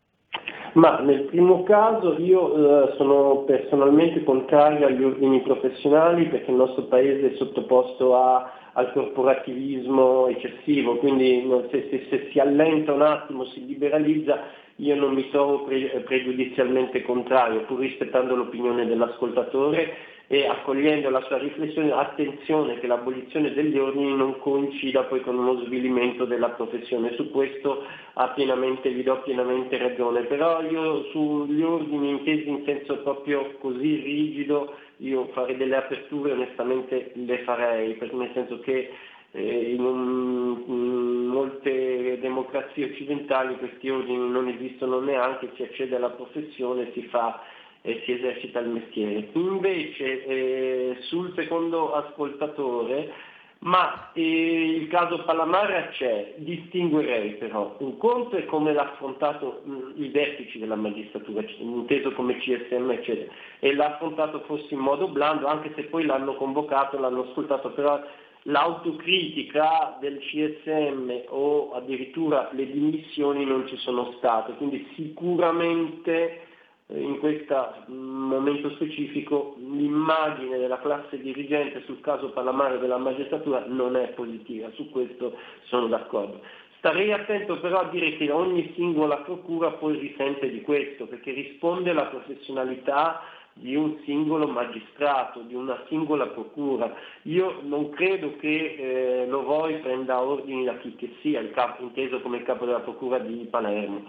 Ma nel primo caso io eh, sono personalmente contrario agli ordini professionali, perché il nostro paese è sottoposto a, al corporativismo eccessivo, quindi se, se, se si allenta un attimo, si liberalizza, io non mi trovo pre- pregiudizialmente contrario, pur rispettando l'opinione dell'ascoltatore e accogliendo la sua riflessione. Attenzione che l'abolizione degli ordini non coincida poi con uno svilimento della professione, su questo ha pienamente, vi do pienamente ragione, però io sugli ordini intesi in senso proprio così rigido, io farei delle aperture, onestamente le farei, perché nel senso che Eh, in, un, in molte democrazie occidentali questi ordini non esistono neanche, si accede alla professione, si fa e si esercita il mestiere. Invece eh, sul secondo ascoltatore, ma eh, il caso Palamara c'è, distinguerei però, un conto è come l'ha affrontato mh, i vertici della magistratura, inteso come C S M eccetera, e l'ha affrontato forse in modo blando, anche se poi l'hanno convocato, l'hanno ascoltato, però l'autocritica del C S M o addirittura le dimissioni non ci sono state, quindi sicuramente in questo momento specifico l'immagine della classe dirigente sul caso Palamara della magistratura non è positiva, su questo sono d'accordo. Starei attento però a dire che ogni singola procura poi risente di questo, perché risponde alla professionalità di un singolo magistrato, di una singola procura. Io non credo che eh, Lovoi prenda ordini da chi che sia, il capo, inteso come il capo della procura di Palermo,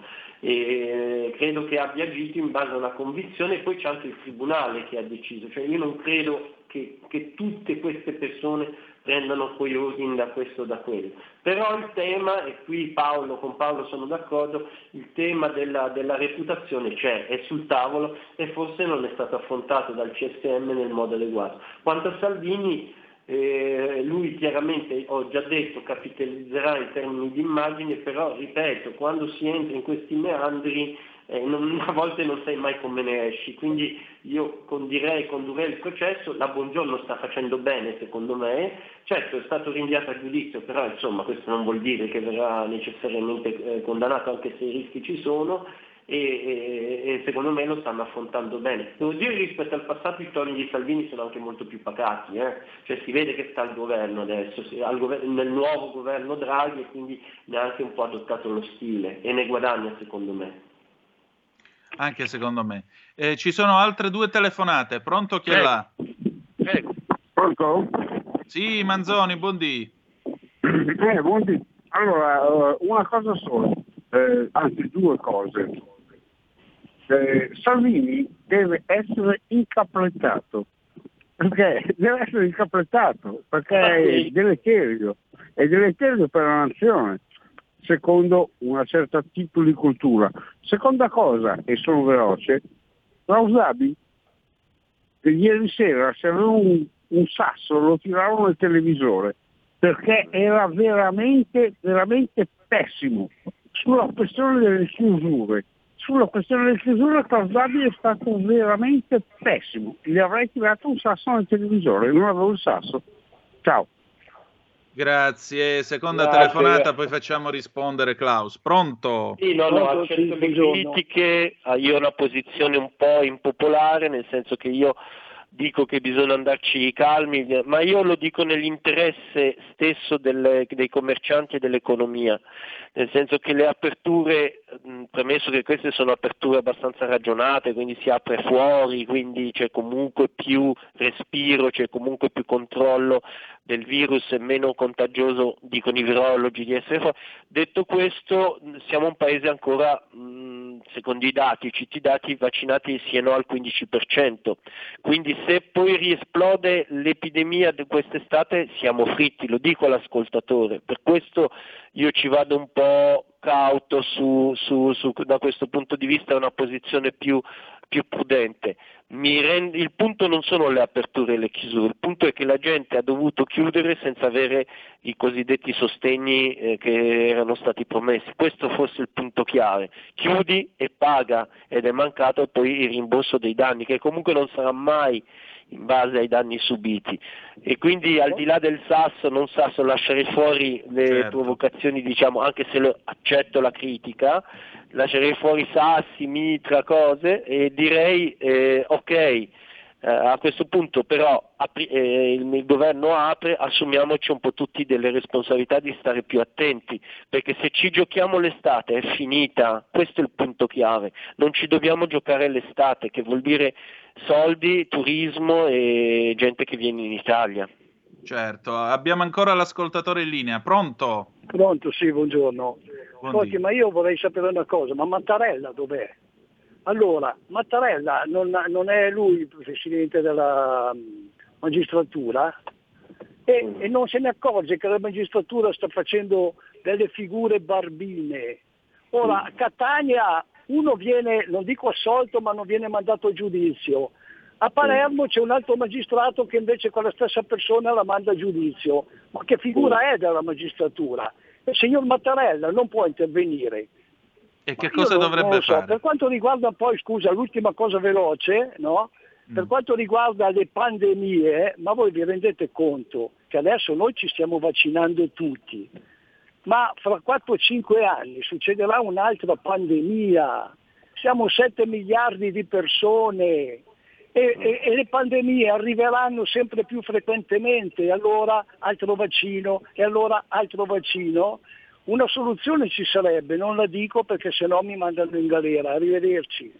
e credo che abbia agito in base a una convinzione, e poi c'è anche il tribunale che ha deciso, cioè io non credo che, che tutte queste persone prendano poi ordini da questo o da quello. Però il tema, e qui Paolo, con Paolo sono d'accordo, il tema della, della reputazione c'è, è sul tavolo e forse non è stato affrontato dal C S M nel modo adeguato. Quanto a Salvini, eh, lui chiaramente, ho già detto, capitalizzerà in termini di immagine, però ripeto, quando si entra in questi meandri Eh, non, a volte non sai mai come ne esci, quindi io condirei, condurrei il processo. La Bongiorno sta facendo bene secondo me, certo è stato rinviato a giudizio, però insomma questo non vuol dire che verrà necessariamente eh, condannato, anche se i rischi ci sono, e, e, e secondo me lo stanno affrontando bene. Devo dire, rispetto al passato i toni di Salvini sono anche molto più pacati, eh? Cioè si vede che sta al governo adesso, al governo, nel nuovo governo Draghi, e quindi ne ha anche un po' adottato lo stile e ne guadagna secondo me. Anche secondo me. Eh, ci sono altre due telefonate. Pronto chi è là? Prego. Pronto? Sì, Manzoni, buondì. Eh, buondì. Allora, una cosa sola, eh, anzi due cose. Eh, Salvini deve essere incaplettato, perché deve essere incaplettato, perché è deleterio, è deleterio per la nazione, secondo una certa tipo di cultura. Seconda cosa, e sono veloce, Rausabi, ieri sera se aveva un, un sasso lo tiravano nel televisore, perché era veramente, veramente pessimo sulla questione delle chiusure. Sulla questione delle chiusure Rausabi è stato veramente pessimo. Gli avrei tirato un sasso nel televisore, non avevo il sasso. Ciao. Grazie. Seconda Grazie. telefonata, poi facciamo rispondere Klaus. Pronto? Sì, no, no, Pronto, accetto sì, le buongiorno. critiche, ah, io ho una posizione un po' impopolare, nel senso che io dico che bisogna andarci calmi, ma io lo dico nell'interesse stesso delle, dei commercianti e dell'economia, nel senso che le aperture, mh, premesso che queste sono aperture abbastanza ragionate, quindi si apre fuori, quindi c'è comunque più respiro, c'è comunque più controllo del virus, è meno contagioso, dicono i virologi, di essere fuori. Detto questo, siamo un paese ancora, mh, secondo i dati, citi i dati, vaccinati siano al quindici per cento, quindi se poi riesplode l'epidemia di quest'estate siamo fritti, lo dico all'ascoltatore, per questo io ci vado un po' cauto su, su, su da questo punto di vista, è una posizione più, più prudente. Mi rend... Il punto non sono le aperture e le chiusure, il punto è che la gente ha dovuto chiudere senza avere i cosiddetti sostegni eh, che erano stati promessi, questo fosse il punto chiave, chiudi e paga, ed è mancato poi il rimborso dei danni, che comunque non sarà mai in base ai danni subiti, e quindi al di là del sasso, non sasso, lasciare fuori le Certo. provocazioni, diciamo, anche se lo, accetto la critica, lascerei fuori sassi, mitra, cose, e direi eh, ok, eh, a questo punto però apri, eh, il, il governo apre, assumiamoci un po' tutti delle responsabilità di stare più attenti, perché se ci giochiamo l'estate è finita, questo è il punto chiave, non ci dobbiamo giocare l'estate, che vuol dire soldi, turismo e gente che viene in Italia. Certo, abbiamo ancora l'ascoltatore in linea. Pronto? Pronto, sì, buongiorno. Buondì. Ascolti, ma io vorrei sapere una cosa, ma Mattarella dov'è? Allora, Mattarella non, non è lui il presidente della um, magistratura e, e non se ne accorge che la magistratura sta facendo delle figure barbine. Ora, a Catania uno viene, non dico assolto, ma non viene mandato a giudizio. A Palermo c'è un altro magistrato che invece con la stessa persona la manda a giudizio. Ma che figura è della magistratura? Il signor Mattarella non può intervenire. E che Ma cosa io non- dovrebbe non lo so. fare? Per quanto riguarda poi, scusa, l'ultima cosa veloce, no? Per quanto riguarda le pandemie, ma voi vi rendete conto che adesso noi ci stiamo vaccinando tutti, ma fra quattro cinque anni succederà un'altra pandemia, siamo sette miliardi di persone e, e, e le pandemie arriveranno sempre più frequentemente, e allora altro vaccino, e allora altro vaccino. Una soluzione ci sarebbe, non la dico perché sennò mi mandano in galera. Arrivederci.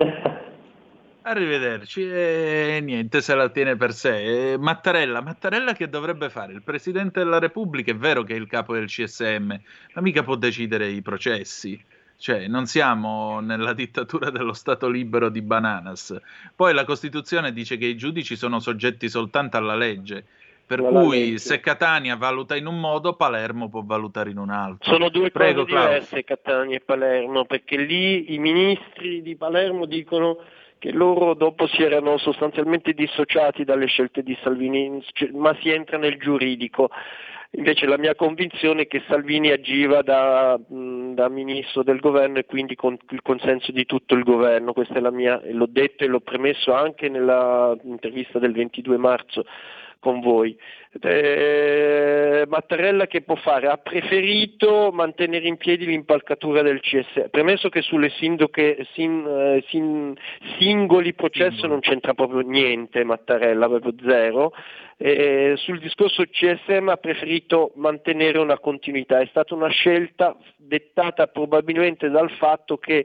Arrivederci, e niente, se la tiene per sé. E Mattarella, Mattarella che dovrebbe fare? Il Presidente della Repubblica, è vero che è il capo del C S M, ma mica può decidere i processi. Cioè, non siamo nella dittatura dello Stato libero di Bananas. Poi la Costituzione dice che i giudici sono soggetti soltanto alla legge, per Alla cui legge. se Catania valuta in un modo, Palermo può valutare in un altro. Sono due Prego, cose Claudio. diverse, Catania e Palermo, perché lì i ministri di Palermo dicono che loro dopo si erano sostanzialmente dissociati dalle scelte di Salvini, ma si entra nel giuridico. Invece la mia convinzione è che Salvini agiva da, mh, da ministro del governo e quindi con il consenso di tutto il governo, questa è la mia, e l'ho detto e l'ho premesso anche nella intervista del ventidue marzo con voi. Eh, Mattarella che può fare? Ha preferito mantenere in piedi l'impalcatura del C S M, premesso che sulle sindoche, sin, eh, sin, singoli processi non c'entra proprio niente Mattarella, proprio zero. Eh, sul discorso C S M ha preferito mantenere una continuità, è stata una scelta dettata probabilmente dal fatto che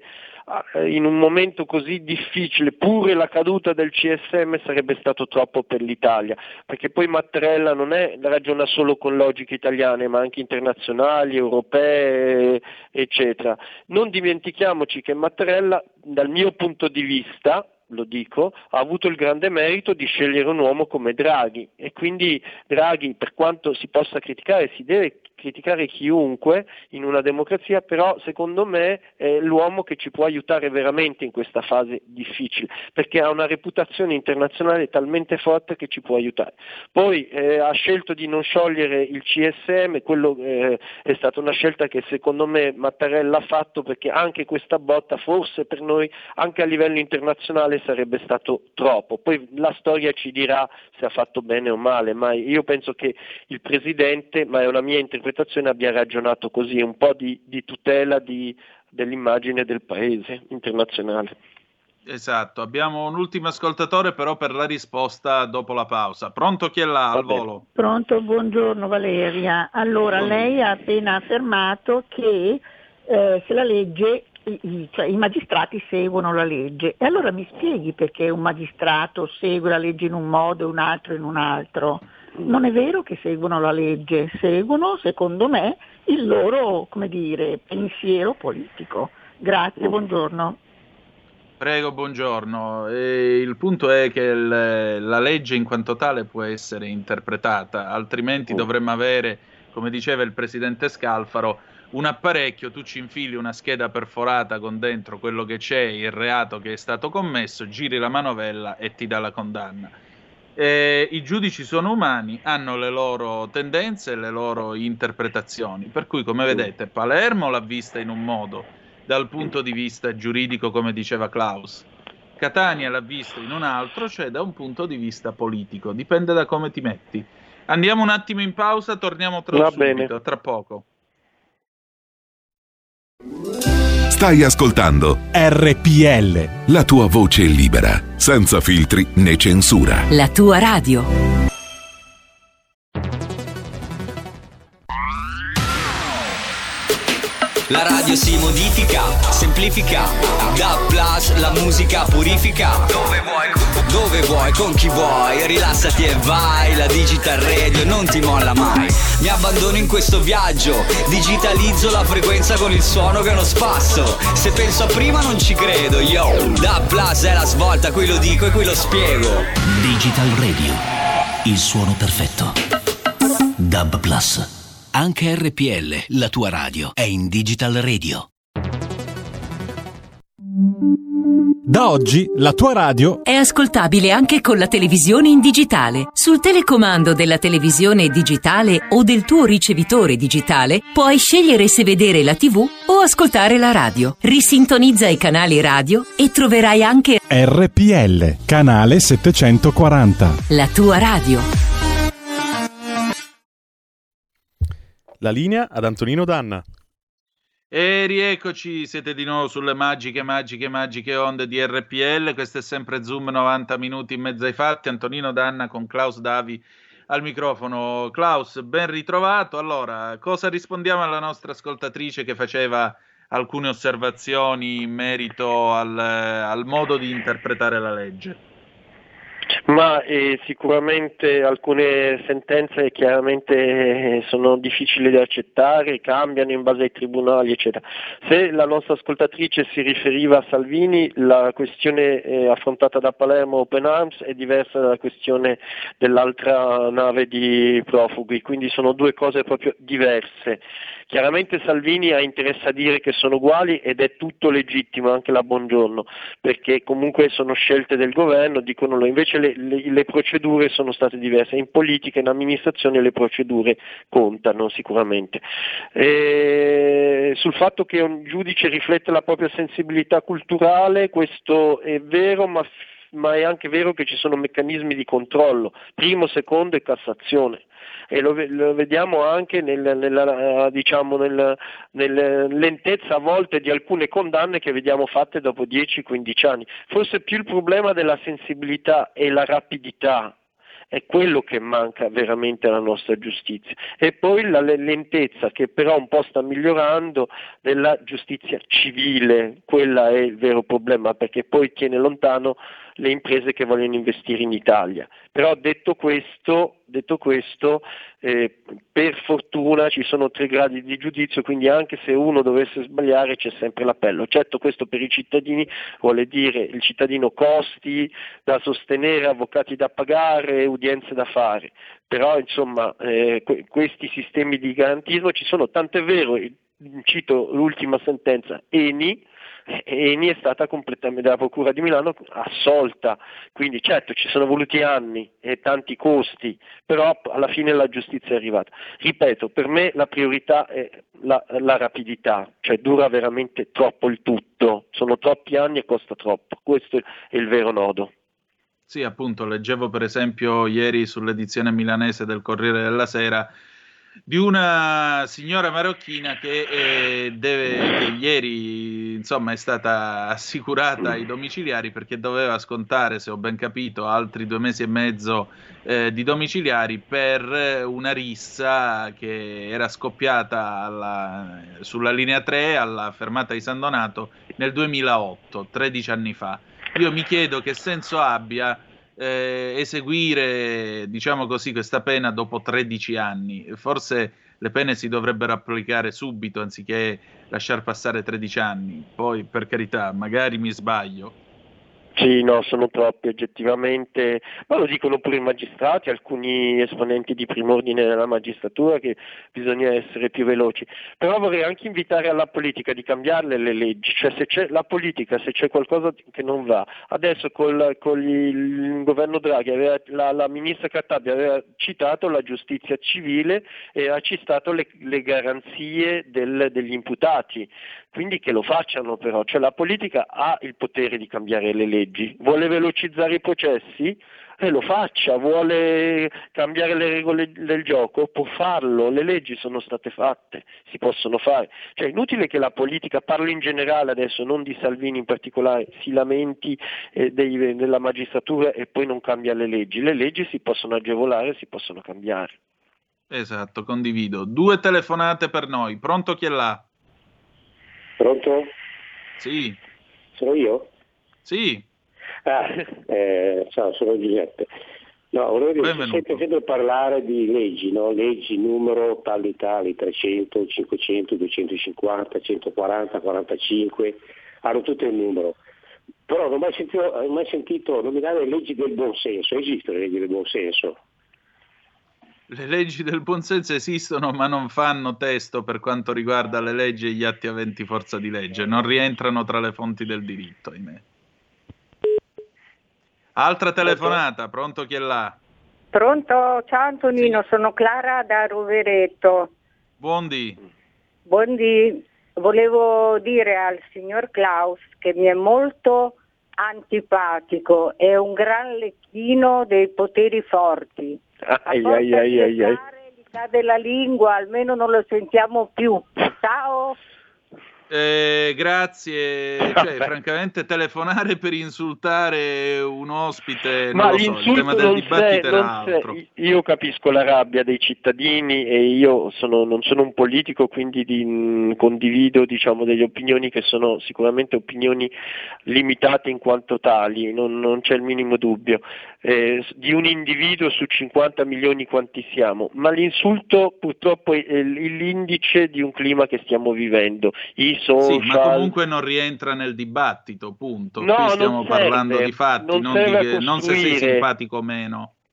in un momento così difficile pure la caduta del C S M sarebbe stato troppo per l'Italia, perché poi Mattarella non è, ragiona solo con logiche italiane ma anche internazionali, europee eccetera. Non dimentichiamoci che Mattarella, dal mio punto di vista, lo dico, ha avuto il grande merito di scegliere un uomo come Draghi, e quindi Draghi, per quanto si possa criticare, si deve criticare chiunque in una democrazia, però secondo me è l'uomo che ci può aiutare veramente in questa fase difficile, perché ha una reputazione internazionale talmente forte che ci può aiutare. Poi eh, ha scelto di non sciogliere il C S M, quello eh, è stata una scelta che secondo me Mattarella ha fatto, perché anche questa botta forse per noi anche a livello internazionale sarebbe stato troppo. Poi la storia ci dirà se ha fatto bene o male, ma io penso che il Presidente, ma è una mia interpretazione, abbia ragionato così, un po' di, di tutela di, dell'immagine del paese internazionale. Esatto, abbiamo un ultimo ascoltatore però per la risposta dopo la pausa. Pronto, chi è là al volo? Pronto, buongiorno Valeria. Allora, buongiorno. Lei ha appena affermato che eh, se la legge, i, cioè i magistrati seguono la legge. E allora mi spieghi perché un magistrato segue la legge in un modo e un altro in un altro? Non è vero che seguono la legge, seguono, secondo me, il loro, come dire, pensiero politico. Grazie, buongiorno. Prego, buongiorno. E il punto è che il, la legge in quanto tale può essere interpretata, altrimenti dovremmo avere, come diceva il presidente Scalfaro, un apparecchio, tu ci infili una scheda perforata con dentro quello che c'è, il reato che è stato commesso, giri la manovella e ti dà la condanna. Eh, i giudici sono umani, hanno le loro tendenze e le loro interpretazioni, per cui come vedete Palermo l'ha vista in un modo dal punto di vista giuridico, come diceva Klaus, Catania l'ha vista in un altro, cioè da un punto di vista politico, dipende da come ti metti. Andiamo un attimo in pausa, torniamo tra Va subito, bene. tra poco. Stai ascoltando R P L, la tua voce libera, senza filtri né censura. La tua radio. La radio si modifica, semplifica, da plus la musica purifica. Dove vuoi, dove vuoi, con chi vuoi, rilassati e vai. La Digital Radio non ti molla mai. Mi abbandono in questo viaggio, digitalizzo la frequenza con il suono che è uno spasso. Se penso a prima non ci credo, yo. Da plus è la svolta, qui lo dico e qui lo spiego. Digital Radio, il suono perfetto. Dub Plus. Anche R P L, la tua radio, è in Digital Radio. Da oggi la tua radio è ascoltabile anche con la televisione in digitale. Sul telecomando della televisione digitale o del tuo ricevitore digitale puoi scegliere se vedere la tivù o ascoltare la radio. Risintonizza i canali radio e troverai anche R P L, canale settecentoquaranta. La tua radio. La linea ad Antonino Danna. E rieccoci, siete di nuovo sulle magiche, magiche, magiche onde di R P L. Questo è sempre Zoom, novanta minuti in mezzo ai fatti. Antonino Danna con Klaus Davi al microfono. Klaus, ben ritrovato. Allora, cosa rispondiamo alla nostra ascoltatrice che faceva alcune osservazioni in merito al, al modo di interpretare la legge? Ma eh, sicuramente alcune sentenze chiaramente eh, sono difficili da accettare, cambiano in base ai tribunali eccetera. Se la nostra ascoltatrice si riferiva a Salvini, la questione eh, affrontata da Palermo Open Arms è diversa dalla questione dell'altra nave di profughi, quindi sono due cose proprio diverse. Chiaramente Salvini ha interesse a dire che sono uguali ed è tutto legittimo, anche la Bongiorno, perché comunque sono scelte del governo, dicono lo, invece le, le, le procedure sono state diverse. In politica, in amministrazione le procedure contano sicuramente. E sul fatto che un giudice riflette la propria sensibilità culturale, questo è vero, ma ma è anche vero che ci sono meccanismi di controllo, primo, secondo e Cassazione. E lo, lo vediamo anche nel, nella, diciamo nel, nel lentezza a volte di alcune condanne che vediamo fatte dopo dieci quindici anni. Forse più il problema della sensibilità e la rapidità è quello che manca veramente alla nostra giustizia, e poi la lentezza, che però un po' sta migliorando, della giustizia civile. Quella è il vero problema, perché poi tiene lontano le imprese che vogliono investire in Italia. Però detto questo, detto questo eh, per fortuna ci sono tre gradi di giudizio, quindi anche se uno dovesse sbagliare c'è sempre l'appello. Certo, questo per i cittadini vuole dire il cittadino costi da sostenere, avvocati da pagare, udienze da fare, però insomma eh, que- questi sistemi di garantismo ci sono, tant'è vero, cito l'ultima sentenza, Eni, Eni è stata completamente dalla Procura di Milano assolta, quindi certo ci sono voluti anni e tanti costi, però alla fine la giustizia è arrivata. Ripeto, per me la priorità è la, la rapidità, cioè dura veramente troppo il tutto, sono troppi anni e costa troppo, questo è il vero nodo. Sì, appunto, leggevo per esempio ieri sull'edizione milanese del Corriere della Sera di una signora marocchina che, eh, deve, che ieri insomma è stata assicurata ai domiciliari perché doveva scontare, se ho ben capito, altri due mesi e mezzo eh, di domiciliari per una rissa che era scoppiata alla, sulla linea tre alla fermata di San Donato nel duemilaotto, tredici anni fa. Io mi chiedo che senso abbia Eh, eseguire, diciamo così, questa pena dopo tredici anni. Forse le pene si dovrebbero applicare subito anziché lasciar passare tredici anni. Poi, per carità, magari mi sbaglio. Sì, no, sono troppi oggettivamente, ma lo dicono pure i magistrati, alcuni esponenti di primo ordine della magistratura, che bisogna essere più veloci. Però vorrei anche invitare alla politica di cambiarle le leggi, cioè se c'è la politica, se c'è qualcosa che non va. Adesso col, con il governo Draghi, aveva, la, la ministra Cartabia aveva citato la giustizia civile e ha citato le, le garanzie del, degli imputati, quindi che lo facciano però, cioè la politica ha il potere di cambiare le leggi. Vuole velocizzare i processi? E lo faccia. Vuole cambiare le regole del gioco? Può farlo. Le leggi sono state fatte, si possono fare. Cioè è inutile che la politica, parlo in generale adesso, non di Salvini in particolare, si lamenti eh, dei, della magistratura e poi non cambia le leggi. Le leggi si possono agevolare, si possono cambiare. Esatto, condivido. Due telefonate per noi. Pronto, chi è là? Pronto? Sì. Sono io? Sì. Ah, eh, ciao, sono Giuseppe. No, volevo dire, sto sempre, sempre parlare di leggi, no? Leggi, numero, tali tali, trecento, cinquecento, duecentocinquanta, centoquaranta, quarantacinque, hanno tutto il numero. Però non ho mai sentito, ho mai sentito nominare le leggi del buonsenso. Esistono le leggi del buonsenso? Le leggi del buonsenso esistono, ma non fanno testo per quanto riguarda le leggi e gli atti aventi forza di legge, non rientrano tra le fonti del diritto, ahimè. Altra telefonata, pronto, chi è là? Pronto, ciao Antonino, sì. Sono Clara da Rovereto. Buondì. Buondì, volevo dire al signor Klaus che mi è molto antipatico, è un gran lecchino dei poteri forti. Ai, ai, ai, ai, ai. Gli cade la lingua, almeno non lo sentiamo più. Ciao. Eh, grazie, cioè, francamente telefonare per insultare un ospite, ma non lo so, il tema del dibattito era altro. Io capisco la rabbia dei cittadini e io sono, non sono un politico, quindi di, mh, condivido diciamo delle opinioni che sono sicuramente opinioni limitate in quanto tali, non, non c'è il minimo dubbio, eh, di un individuo su cinquanta milioni quanti siamo, ma l'insulto purtroppo è l'indice di un clima che stiamo vivendo. I social... Sì, ma comunque non rientra nel dibattito, punto. No, qui stiamo non serve, parlando di fatti, non, non, serve di che, non se sei simpatico o meno.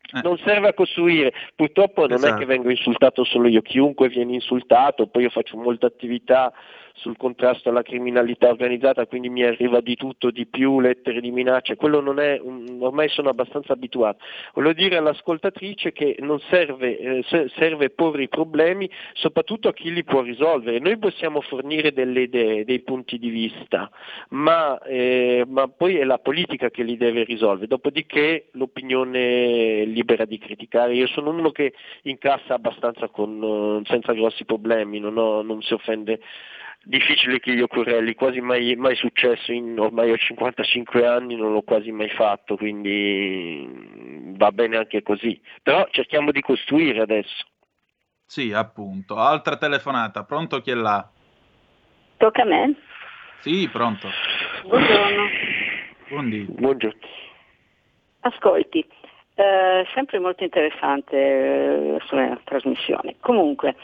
Eh. Non serve a costruire, purtroppo non esatto. è che vengo insultato solo io, chiunque viene insultato, poi io faccio molta attività sul contrasto alla criminalità organizzata, quindi mi arriva di tutto, di più, lettere di minacce, quello non è, un, ormai sono abbastanza abituato. Voglio dire all'ascoltatrice che non serve, eh, serve porre i problemi soprattutto a chi li può risolvere. Noi possiamo fornire delle idee, dei punti di vista, ma, eh, ma poi è la politica che li deve risolvere, dopodiché l'opinione libera di criticare. Io sono uno che incassa abbastanza con, senza grossi problemi, non, ho, non si offende. Difficile che io quereli, quasi mai, mai successo, in, ormai ho cinquantacinque anni, non l'ho quasi mai fatto, quindi va bene anche così. Però cerchiamo di costruire adesso. Sì, appunto. Altra telefonata, pronto chi è là? Tocca a me? Sì, pronto. Buongiorno. Buondì. Buongiorno. Ascolti, eh, sempre molto interessante eh, sulle trasmissioni. Comunque,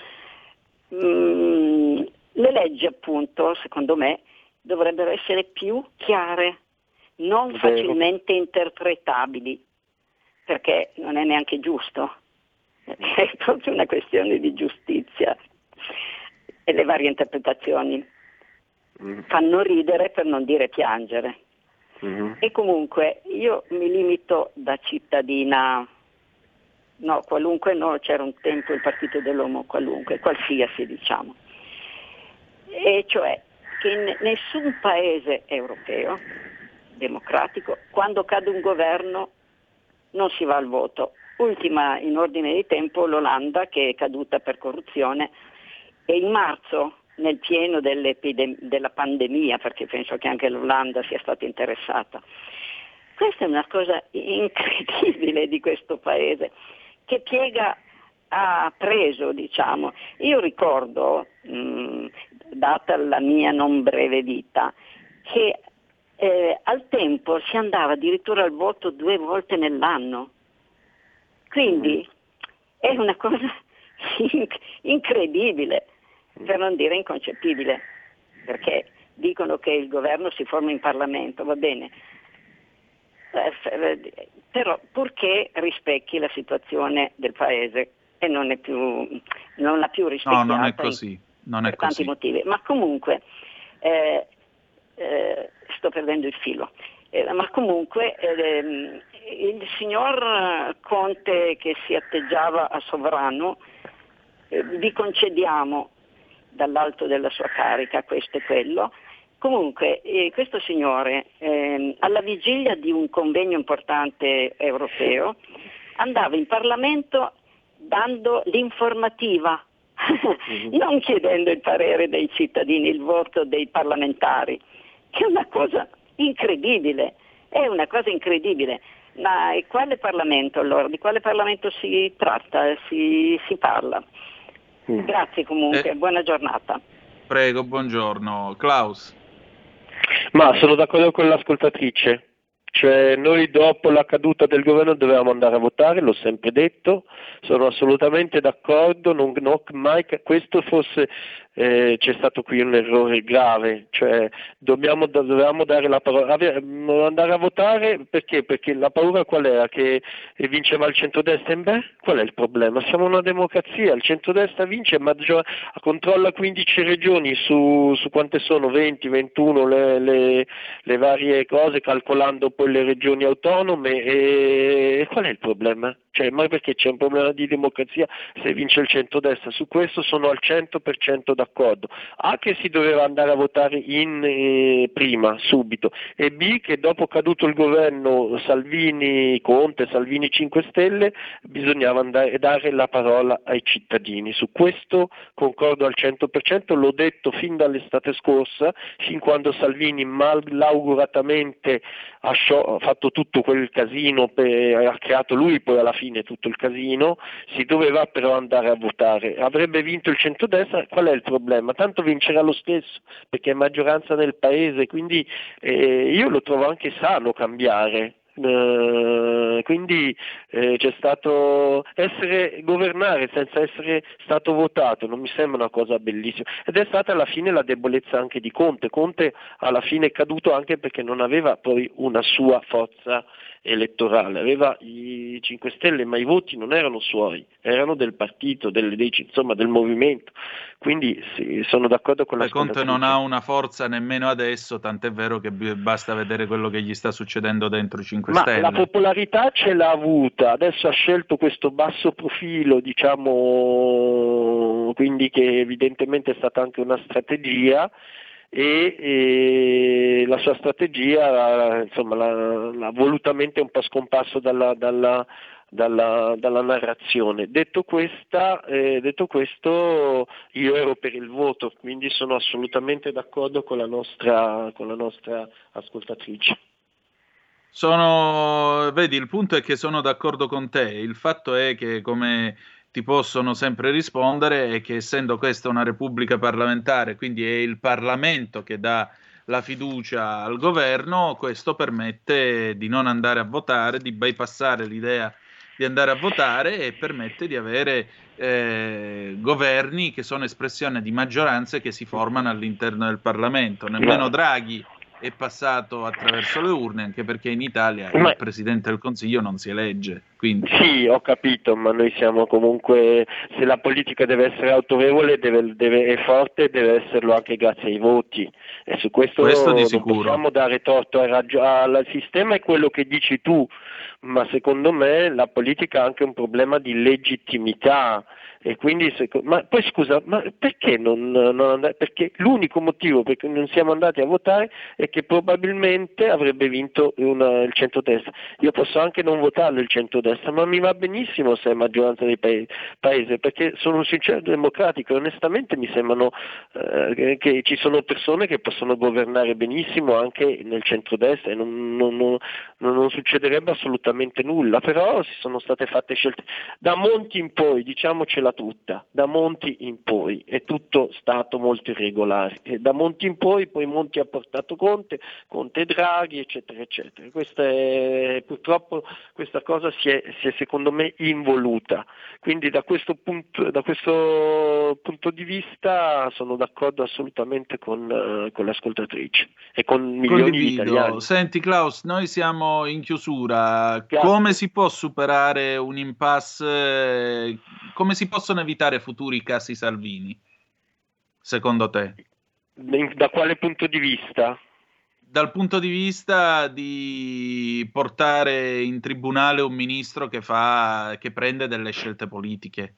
mh, le leggi appunto, secondo me, dovrebbero essere più chiare, non Vero. facilmente interpretabili, perché non è neanche giusto, è proprio una questione di giustizia e le varie interpretazioni mm. fanno ridere per non dire piangere. Mm-hmm. E comunque io mi limito da cittadina, no, qualunque no, c'era un tempo il partito dell'uomo qualunque, qualsiasi diciamo. E cioè che in nessun paese europeo democratico, quando cade un governo, non si va al voto. Ultima in ordine di tempo l'Olanda, che è caduta per corruzione, e in marzo, nel pieno della pandemia, perché penso che anche l'Olanda sia stata interessata. Questa è una cosa incredibile di questo paese, che piega ha preso, diciamo. Io ricordo, mh, data la mia non breve vita, che eh, al tempo si andava addirittura al voto due volte nell'anno. Quindi è una cosa inc- incredibile, per non dire inconcepibile, perché dicono che il governo si forma in Parlamento, va bene, eh, però purché rispecchi la situazione del paese. E non è più, non l'ha più rispecchiata. No, non è così. Non per è tanti così. motivi. Ma comunque, eh, eh, sto perdendo il filo. Eh, ma comunque, eh, il signor Conte che si atteggiava a sovrano, eh, vi concediamo dall'alto della sua carica questo e quello. Comunque, eh, questo signore, eh, alla vigilia di un convegno importante europeo, andava in Parlamento dando l'informativa, mm-hmm. non chiedendo il parere dei cittadini, il voto dei parlamentari, che è una cosa incredibile, è una cosa incredibile. Ma e quale Parlamento allora? Di quale Parlamento si tratta, si, si parla? Mm. Grazie comunque, eh, buona giornata. Prego, buongiorno. Klaus. Ma sono d'accordo con l'ascoltatrice. Cioè noi dopo la caduta del governo dovevamo andare a votare, l'ho sempre detto, sono assolutamente d'accordo, non, non mai che questo fosse, eh, c'è stato qui un errore grave, cioè dobbiamo, dovevamo dare la parola, andare a votare perché? Perché la paura qual era? Che vinceva il centrodestra? In beh, qual è il problema? Siamo una democrazia, il centrodestra vince, maggior, controlla quindici regioni su, su quante sono, venti, ventuno le, le, le varie cose, calcolando poi le regioni autonome, e qual è il problema? Cioè, ma perché c'è un problema di democrazia se vince il centrodestra? Su questo sono al cento per cento d'accordo. A, che si doveva andare a votare in eh, prima, subito, e B, che dopo caduto il governo Salvini-Conte, Salvini cinque Stelle, bisognava andare, dare la parola ai cittadini. Su questo concordo al cento per cento, l'ho detto fin dall'estate scorsa, fin quando Salvini malauguratamente ha, scio- ha fatto tutto quel casino, per, ha creato lui poi alla fine tutto il casino, si doveva però andare a votare. Avrebbe vinto il centrodestra, qual è il problema? Tanto vincerà lo stesso, perché è maggioranza nel paese, quindi eh, io lo trovo anche sano cambiare. Uh, quindi eh, c'è stato essere governare senza essere stato votato, non mi sembra una cosa bellissima, ed è stata alla fine la debolezza anche di Conte. Conte alla fine è caduto anche perché non aveva poi una sua forza elettorale, aveva i cinque Stelle, ma i voti non erano suoi, erano del partito, del, dei, insomma del movimento, quindi sì, sono d'accordo con la Conte non ha una forza nemmeno adesso, tant'è vero che basta vedere quello che gli sta succedendo dentro i cinque ma Stelle. La popolarità ce l'ha avuta, adesso ha scelto questo basso profilo, diciamo, quindi che evidentemente è stata anche una strategia, e, e la sua strategia insomma l'ha, l'ha volutamente un po' scomparso dalla, dalla, dalla, dalla narrazione. Detto, questa, eh, detto questo, io ero per il voto, quindi sono assolutamente d'accordo con la nostra, con la nostra ascoltatrice. Sono, vedi, il punto è che sono d'accordo con te, il fatto è che, come ti possono sempre rispondere, è che essendo questa una repubblica parlamentare, quindi è il Parlamento che dà la fiducia al governo, questo permette di non andare a votare, di bypassare l'idea di andare a votare, e permette di avere eh, governi che sono espressione di maggioranze che si formano all'interno del Parlamento. Nemmeno Draghi è passato attraverso le urne, anche perché in Italia ma... il Presidente del Consiglio non si elegge. Quindi... Sì, ho capito, ma noi siamo comunque, se la politica deve essere autorevole deve, deve, è forte, deve esserlo anche grazie ai voti, e su questo, questo di non sicuro. Possiamo dare torto al sistema, è quello che dici tu, ma secondo me la politica ha anche un problema di legittimità. E quindi, ma poi scusa, ma perché non, non andare? Perché l'unico motivo per cui non siamo andati a votare è che probabilmente avrebbe vinto una, il centrodestra. Io posso anche non votarlo il centrodestra, ma mi va benissimo se è maggioranza dei paesi, paese, perché sono un sincero democratico e onestamente mi sembrano eh, che ci sono persone che possono governare benissimo anche nel centrodestra e non, non, non, non succederebbe assolutamente nulla, però si sono state fatte scelte da Monti in poi, diciamocela tutta, da Monti in poi è tutto stato molto irregolare, e da Monti in poi poi Monti ha portato Conte, Conte Draghi, eccetera eccetera. Questa è, purtroppo questa cosa si è, si è secondo me involuta, quindi da questo punto, da questo punto di vista sono d'accordo assolutamente con, uh, con l'ascoltatrice e con milioni Condivido. di italiani. Senti Klaus, noi siamo in chiusura, Grazie. Come si può superare un impasse, come si possono evitare futuri casi Salvini, secondo te? Da quale punto di vista? Dal punto di vista di portare in tribunale un ministro che fa, che prende delle scelte politiche.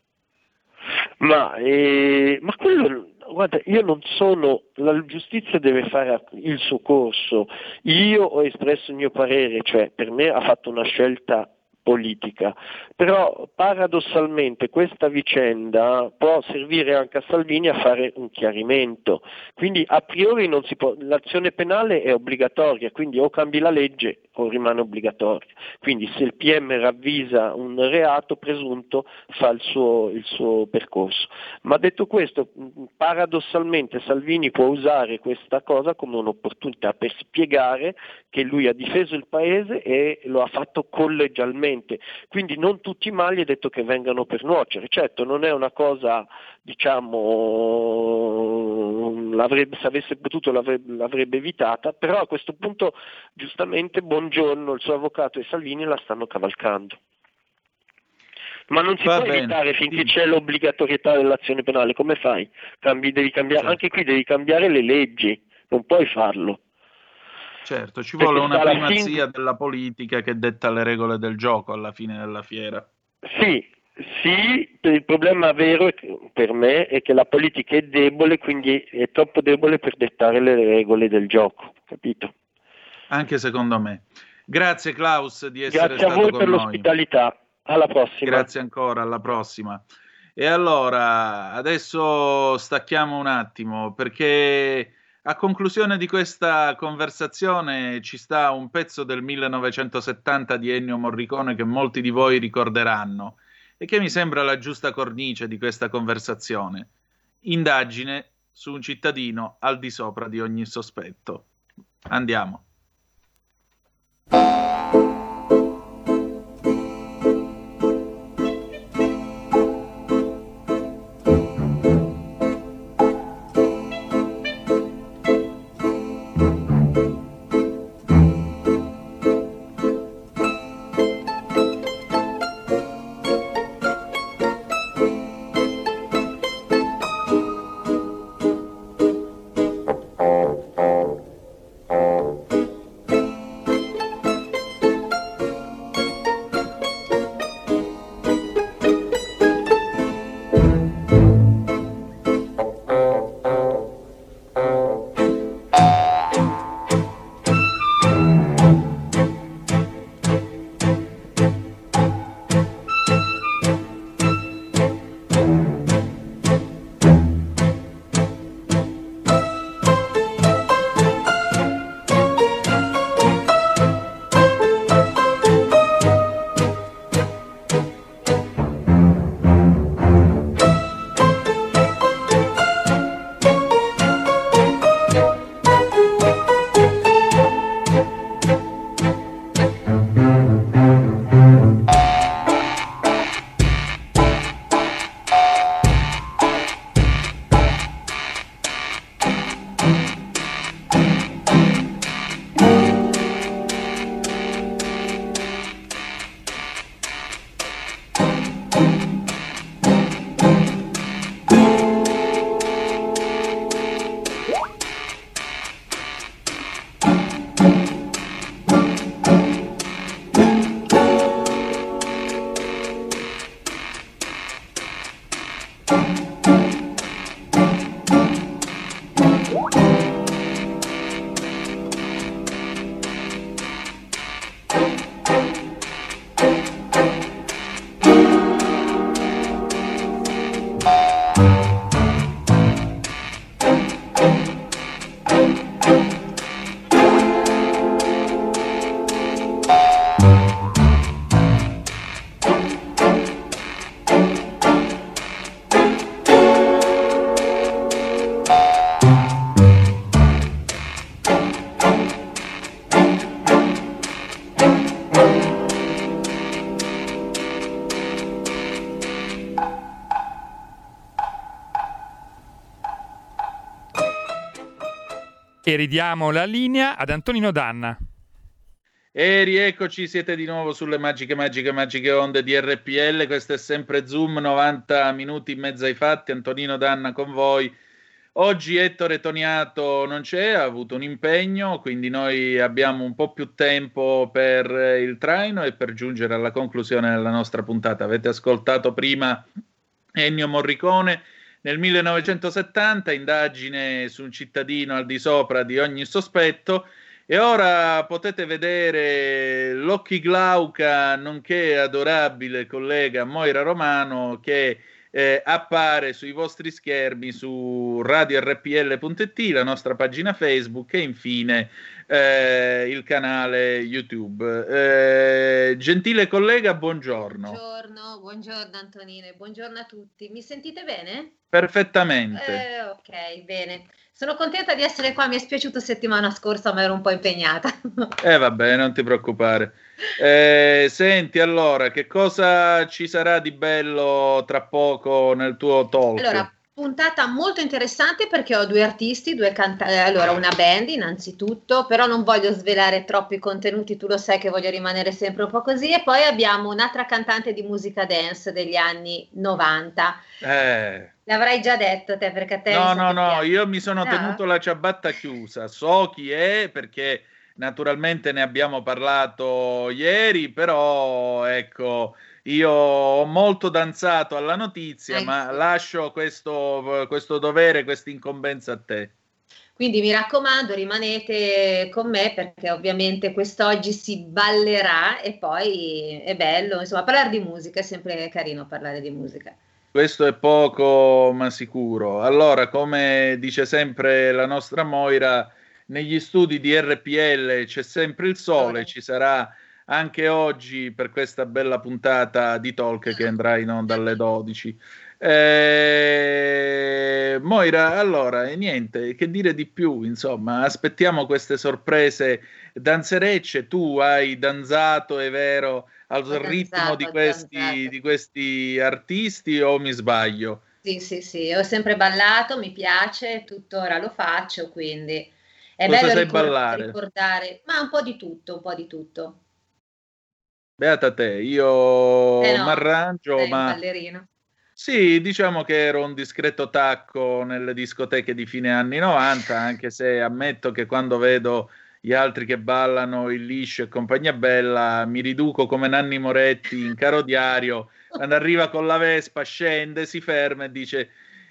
Ma, eh, ma quello, guarda, io non sono, la giustizia deve fare il suo corso. Io ho espresso il mio parere, cioè per me ha fatto una scelta politica, però paradossalmente questa vicenda può servire anche a Salvini a fare un chiarimento, quindi a priori non si può, l'azione penale è obbligatoria, quindi o cambi la legge o rimane obbligatoria, quindi se il P M ravvisa un reato presunto fa il suo, il suo percorso, ma detto questo paradossalmente Salvini può usare questa cosa come un'opportunità per spiegare che lui ha difeso il paese e lo ha fatto collegialmente. Quindi non tutti i mali è detto che vengano per nuocere, certo non è una cosa, diciamo, l'avrebbe, se avesse potuto l'avrebbe, l'avrebbe evitata, però a questo punto giustamente Bongiorno, il suo avvocato e Salvini la stanno cavalcando. Ma non si Va può bene. evitare finché c'è l'obbligatorietà dell'azione penale, come fai? Cambi, devi cambiare, Certo. Anche qui devi cambiare le leggi, non puoi farlo. Certo, ci Perché vuole una sta la primazia sin- della politica che detta le regole del gioco alla fine della fiera. Sì, sì, il problema vero è che, per me è che la politica è debole, quindi è troppo debole per dettare le regole del gioco, capito? Anche secondo me. Grazie Klaus di essere Grazie a stato voi con per noi. l'ospitalità, alla prossima. Grazie ancora, alla prossima. E allora, adesso stacchiamo un attimo, perché a conclusione di questa conversazione ci sta un pezzo del millenovecentosettanta di Ennio Morricone che molti di voi ricorderanno e che mi sembra la giusta cornice di questa conversazione. Indagine su un cittadino al di sopra di ogni sospetto. Andiamo. E ridiamo la linea ad Antonino Danna. E rieccoci, siete di nuovo sulle magiche, magiche, magiche onde di R P L. Questo è sempre Zoom, novanta minuti in mezzo ai fatti. Antonino Danna con voi. Oggi Ettore Toniato non c'è, ha avuto un impegno, quindi noi abbiamo un po' più tempo per il traino e per giungere alla conclusione della nostra puntata. Avete ascoltato prima Ennio Morricone nel millenovecentosettanta, indagine su un cittadino al di sopra di ogni sospetto. E ora potete vedere l'occhi glauca nonché adorabile collega Moira Romano che eh, appare sui vostri schermi su radio R P L punto it, la nostra pagina Facebook e infine eh, il canale YouTube. Eh, gentile collega, buongiorno. Buongiorno, buongiorno Antonino e buongiorno a tutti. Mi sentite bene? Perfettamente. Eh, ok, bene. Sono contenta di essere qua, mi è spiaciuto settimana scorsa ma ero un po' impegnata. Eh vabbè, non ti preoccupare. Eh, senti, allora, che cosa ci sarà di bello tra poco nel tuo talk? Allora, puntata molto interessante perché ho due artisti, due cantanti, allora una band innanzitutto, però non voglio svelare troppi contenuti, tu lo sai che voglio rimanere sempre un po' così, e poi abbiamo un'altra cantante di musica dance degli anni novanta. Eh... L'avrai già detto te, perché a te... No, no, no, io mi sono no. tenuto la ciabatta chiusa, so chi è perché naturalmente ne abbiamo parlato ieri, però ecco, io ho molto danzato alla notizia, eh, ma sì. lascio questo, questo dovere, questa incombenza a te. Quindi mi raccomando, rimanete con me perché ovviamente quest'oggi si ballerà e poi è bello, insomma, parlare di musica, è sempre carino parlare di musica. Questo è poco ma sicuro. Allora, come dice sempre la nostra Moira, negli studi di R P L c'è sempre il sole, okay. Ci sarà anche oggi per questa bella puntata di Talk che andrà in onda alle dodici. Eh, Moira, allora, e niente, che dire di più, insomma, aspettiamo queste sorprese danzerecce. Tu hai danzato, è vero, al ho ritmo danzato, di, questi, di questi artisti o mi sbaglio? Sì, sì, sì, ho sempre ballato, mi piace, tuttora lo faccio, quindi è Cosa bello sai ricor- ballare? ricordare, ma un po' di tutto, un po' di tutto. Beata te, io eh no, m'arrangio, sei ma... un ballerino. Sì, diciamo che ero un discreto tacco nelle discoteche di fine anni novanta, anche se ammetto che quando vedo gli altri che ballano il liscio e compagnia bella mi riduco come Nanni Moretti in Caro Diario, quando arriva con la Vespa, scende, si ferma e dice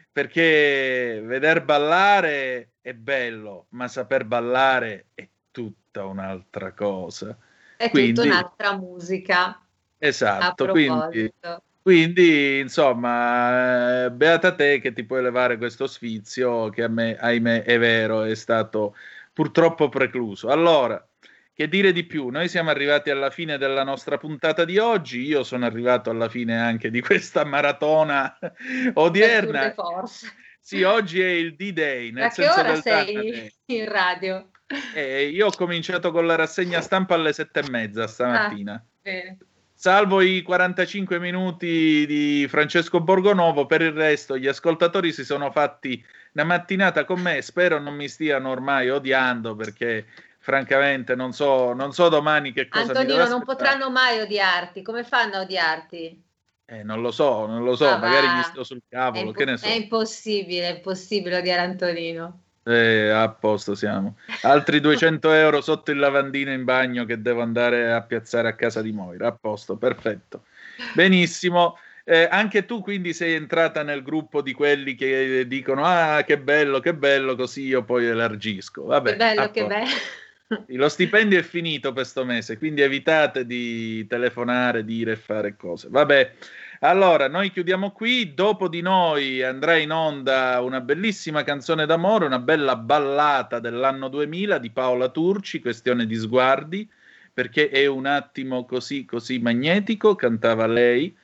perché veder ballare è bello, ma saper ballare è tutta un'altra cosa. È quindi, tutta un'altra musica. Esatto, quindi... Quindi, insomma, beata te che ti puoi levare questo sfizio che a me, ahimè, è vero, è stato purtroppo precluso. Allora, che dire di più? Noi siamo arrivati alla fine della nostra puntata di oggi, io sono arrivato alla fine anche di questa maratona odierna. Sì, oggi è il D-Day. Nel A che senso ora del sei in radio? Eh, io ho cominciato con la rassegna stampa alle sette e mezza stamattina. Ah, bene. Salvo i quarantacinque minuti di Francesco Borgonovo, per il resto gli ascoltatori si sono fatti una mattinata con me, spero non mi stiano ormai odiando perché francamente non so, non so domani che cosa Antonino, mi devo non aspettare. potranno mai odiarti, come fanno a odiarti? Eh, non lo so, non lo so, Ah, magari va. gli sto sul cavolo, È, che ne so. è impossibile, è impossibile odiare Antonino. Eh, a posto siamo. Altri duecento euro sotto il lavandino in bagno che devo andare a piazzare a casa di Moira. A posto, perfetto. Benissimo. Eh, anche tu quindi sei entrata nel gruppo di quelli che dicono ah che bello, che bello, così io poi elargisco. Vabbè, Che bello, a che posto. bello. Lo stipendio è finito per sto mese, quindi evitate di telefonare, dire e fare cose. Vabbè. Allora, noi chiudiamo qui, dopo di noi andrà in onda una bellissima canzone d'amore, una bella ballata dell'anno duemila di Paola Turci, Questione di sguardi, perché è un attimo così così magnetico, cantava lei.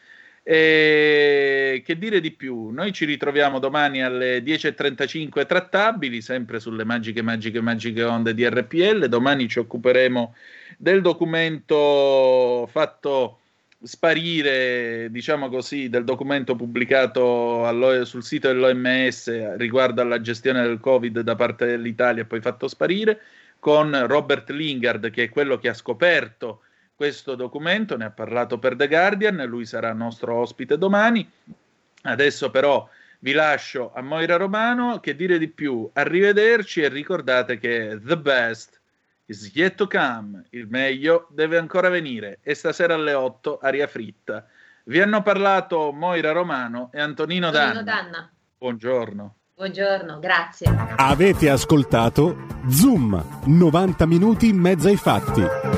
E che dire di più? Noi ci ritroviamo domani alle dieci e trentacinque trattabili, sempre sulle magiche, magiche, magiche onde di R P L. Domani ci occuperemo del documento fatto sparire, diciamo così, del documento pubblicato allo, sul sito dell'O M S riguardo alla gestione del Covid da parte dell'Italia e poi fatto sparire, con Robert Lingard, che è quello che ha scoperto questo documento, ne ha parlato per The Guardian, lui sarà nostro ospite domani. Adesso però vi lascio a Moira Romano, che dire di più, arrivederci e ricordate che the best is yet to come, il meglio deve ancora venire, e stasera alle otto Aria Fritta. Vi hanno parlato Moira Romano e Antonino Danna. Danna. Buongiorno. Buongiorno, grazie. Avete ascoltato Zoom, novanta minuti in mezzo ai fatti.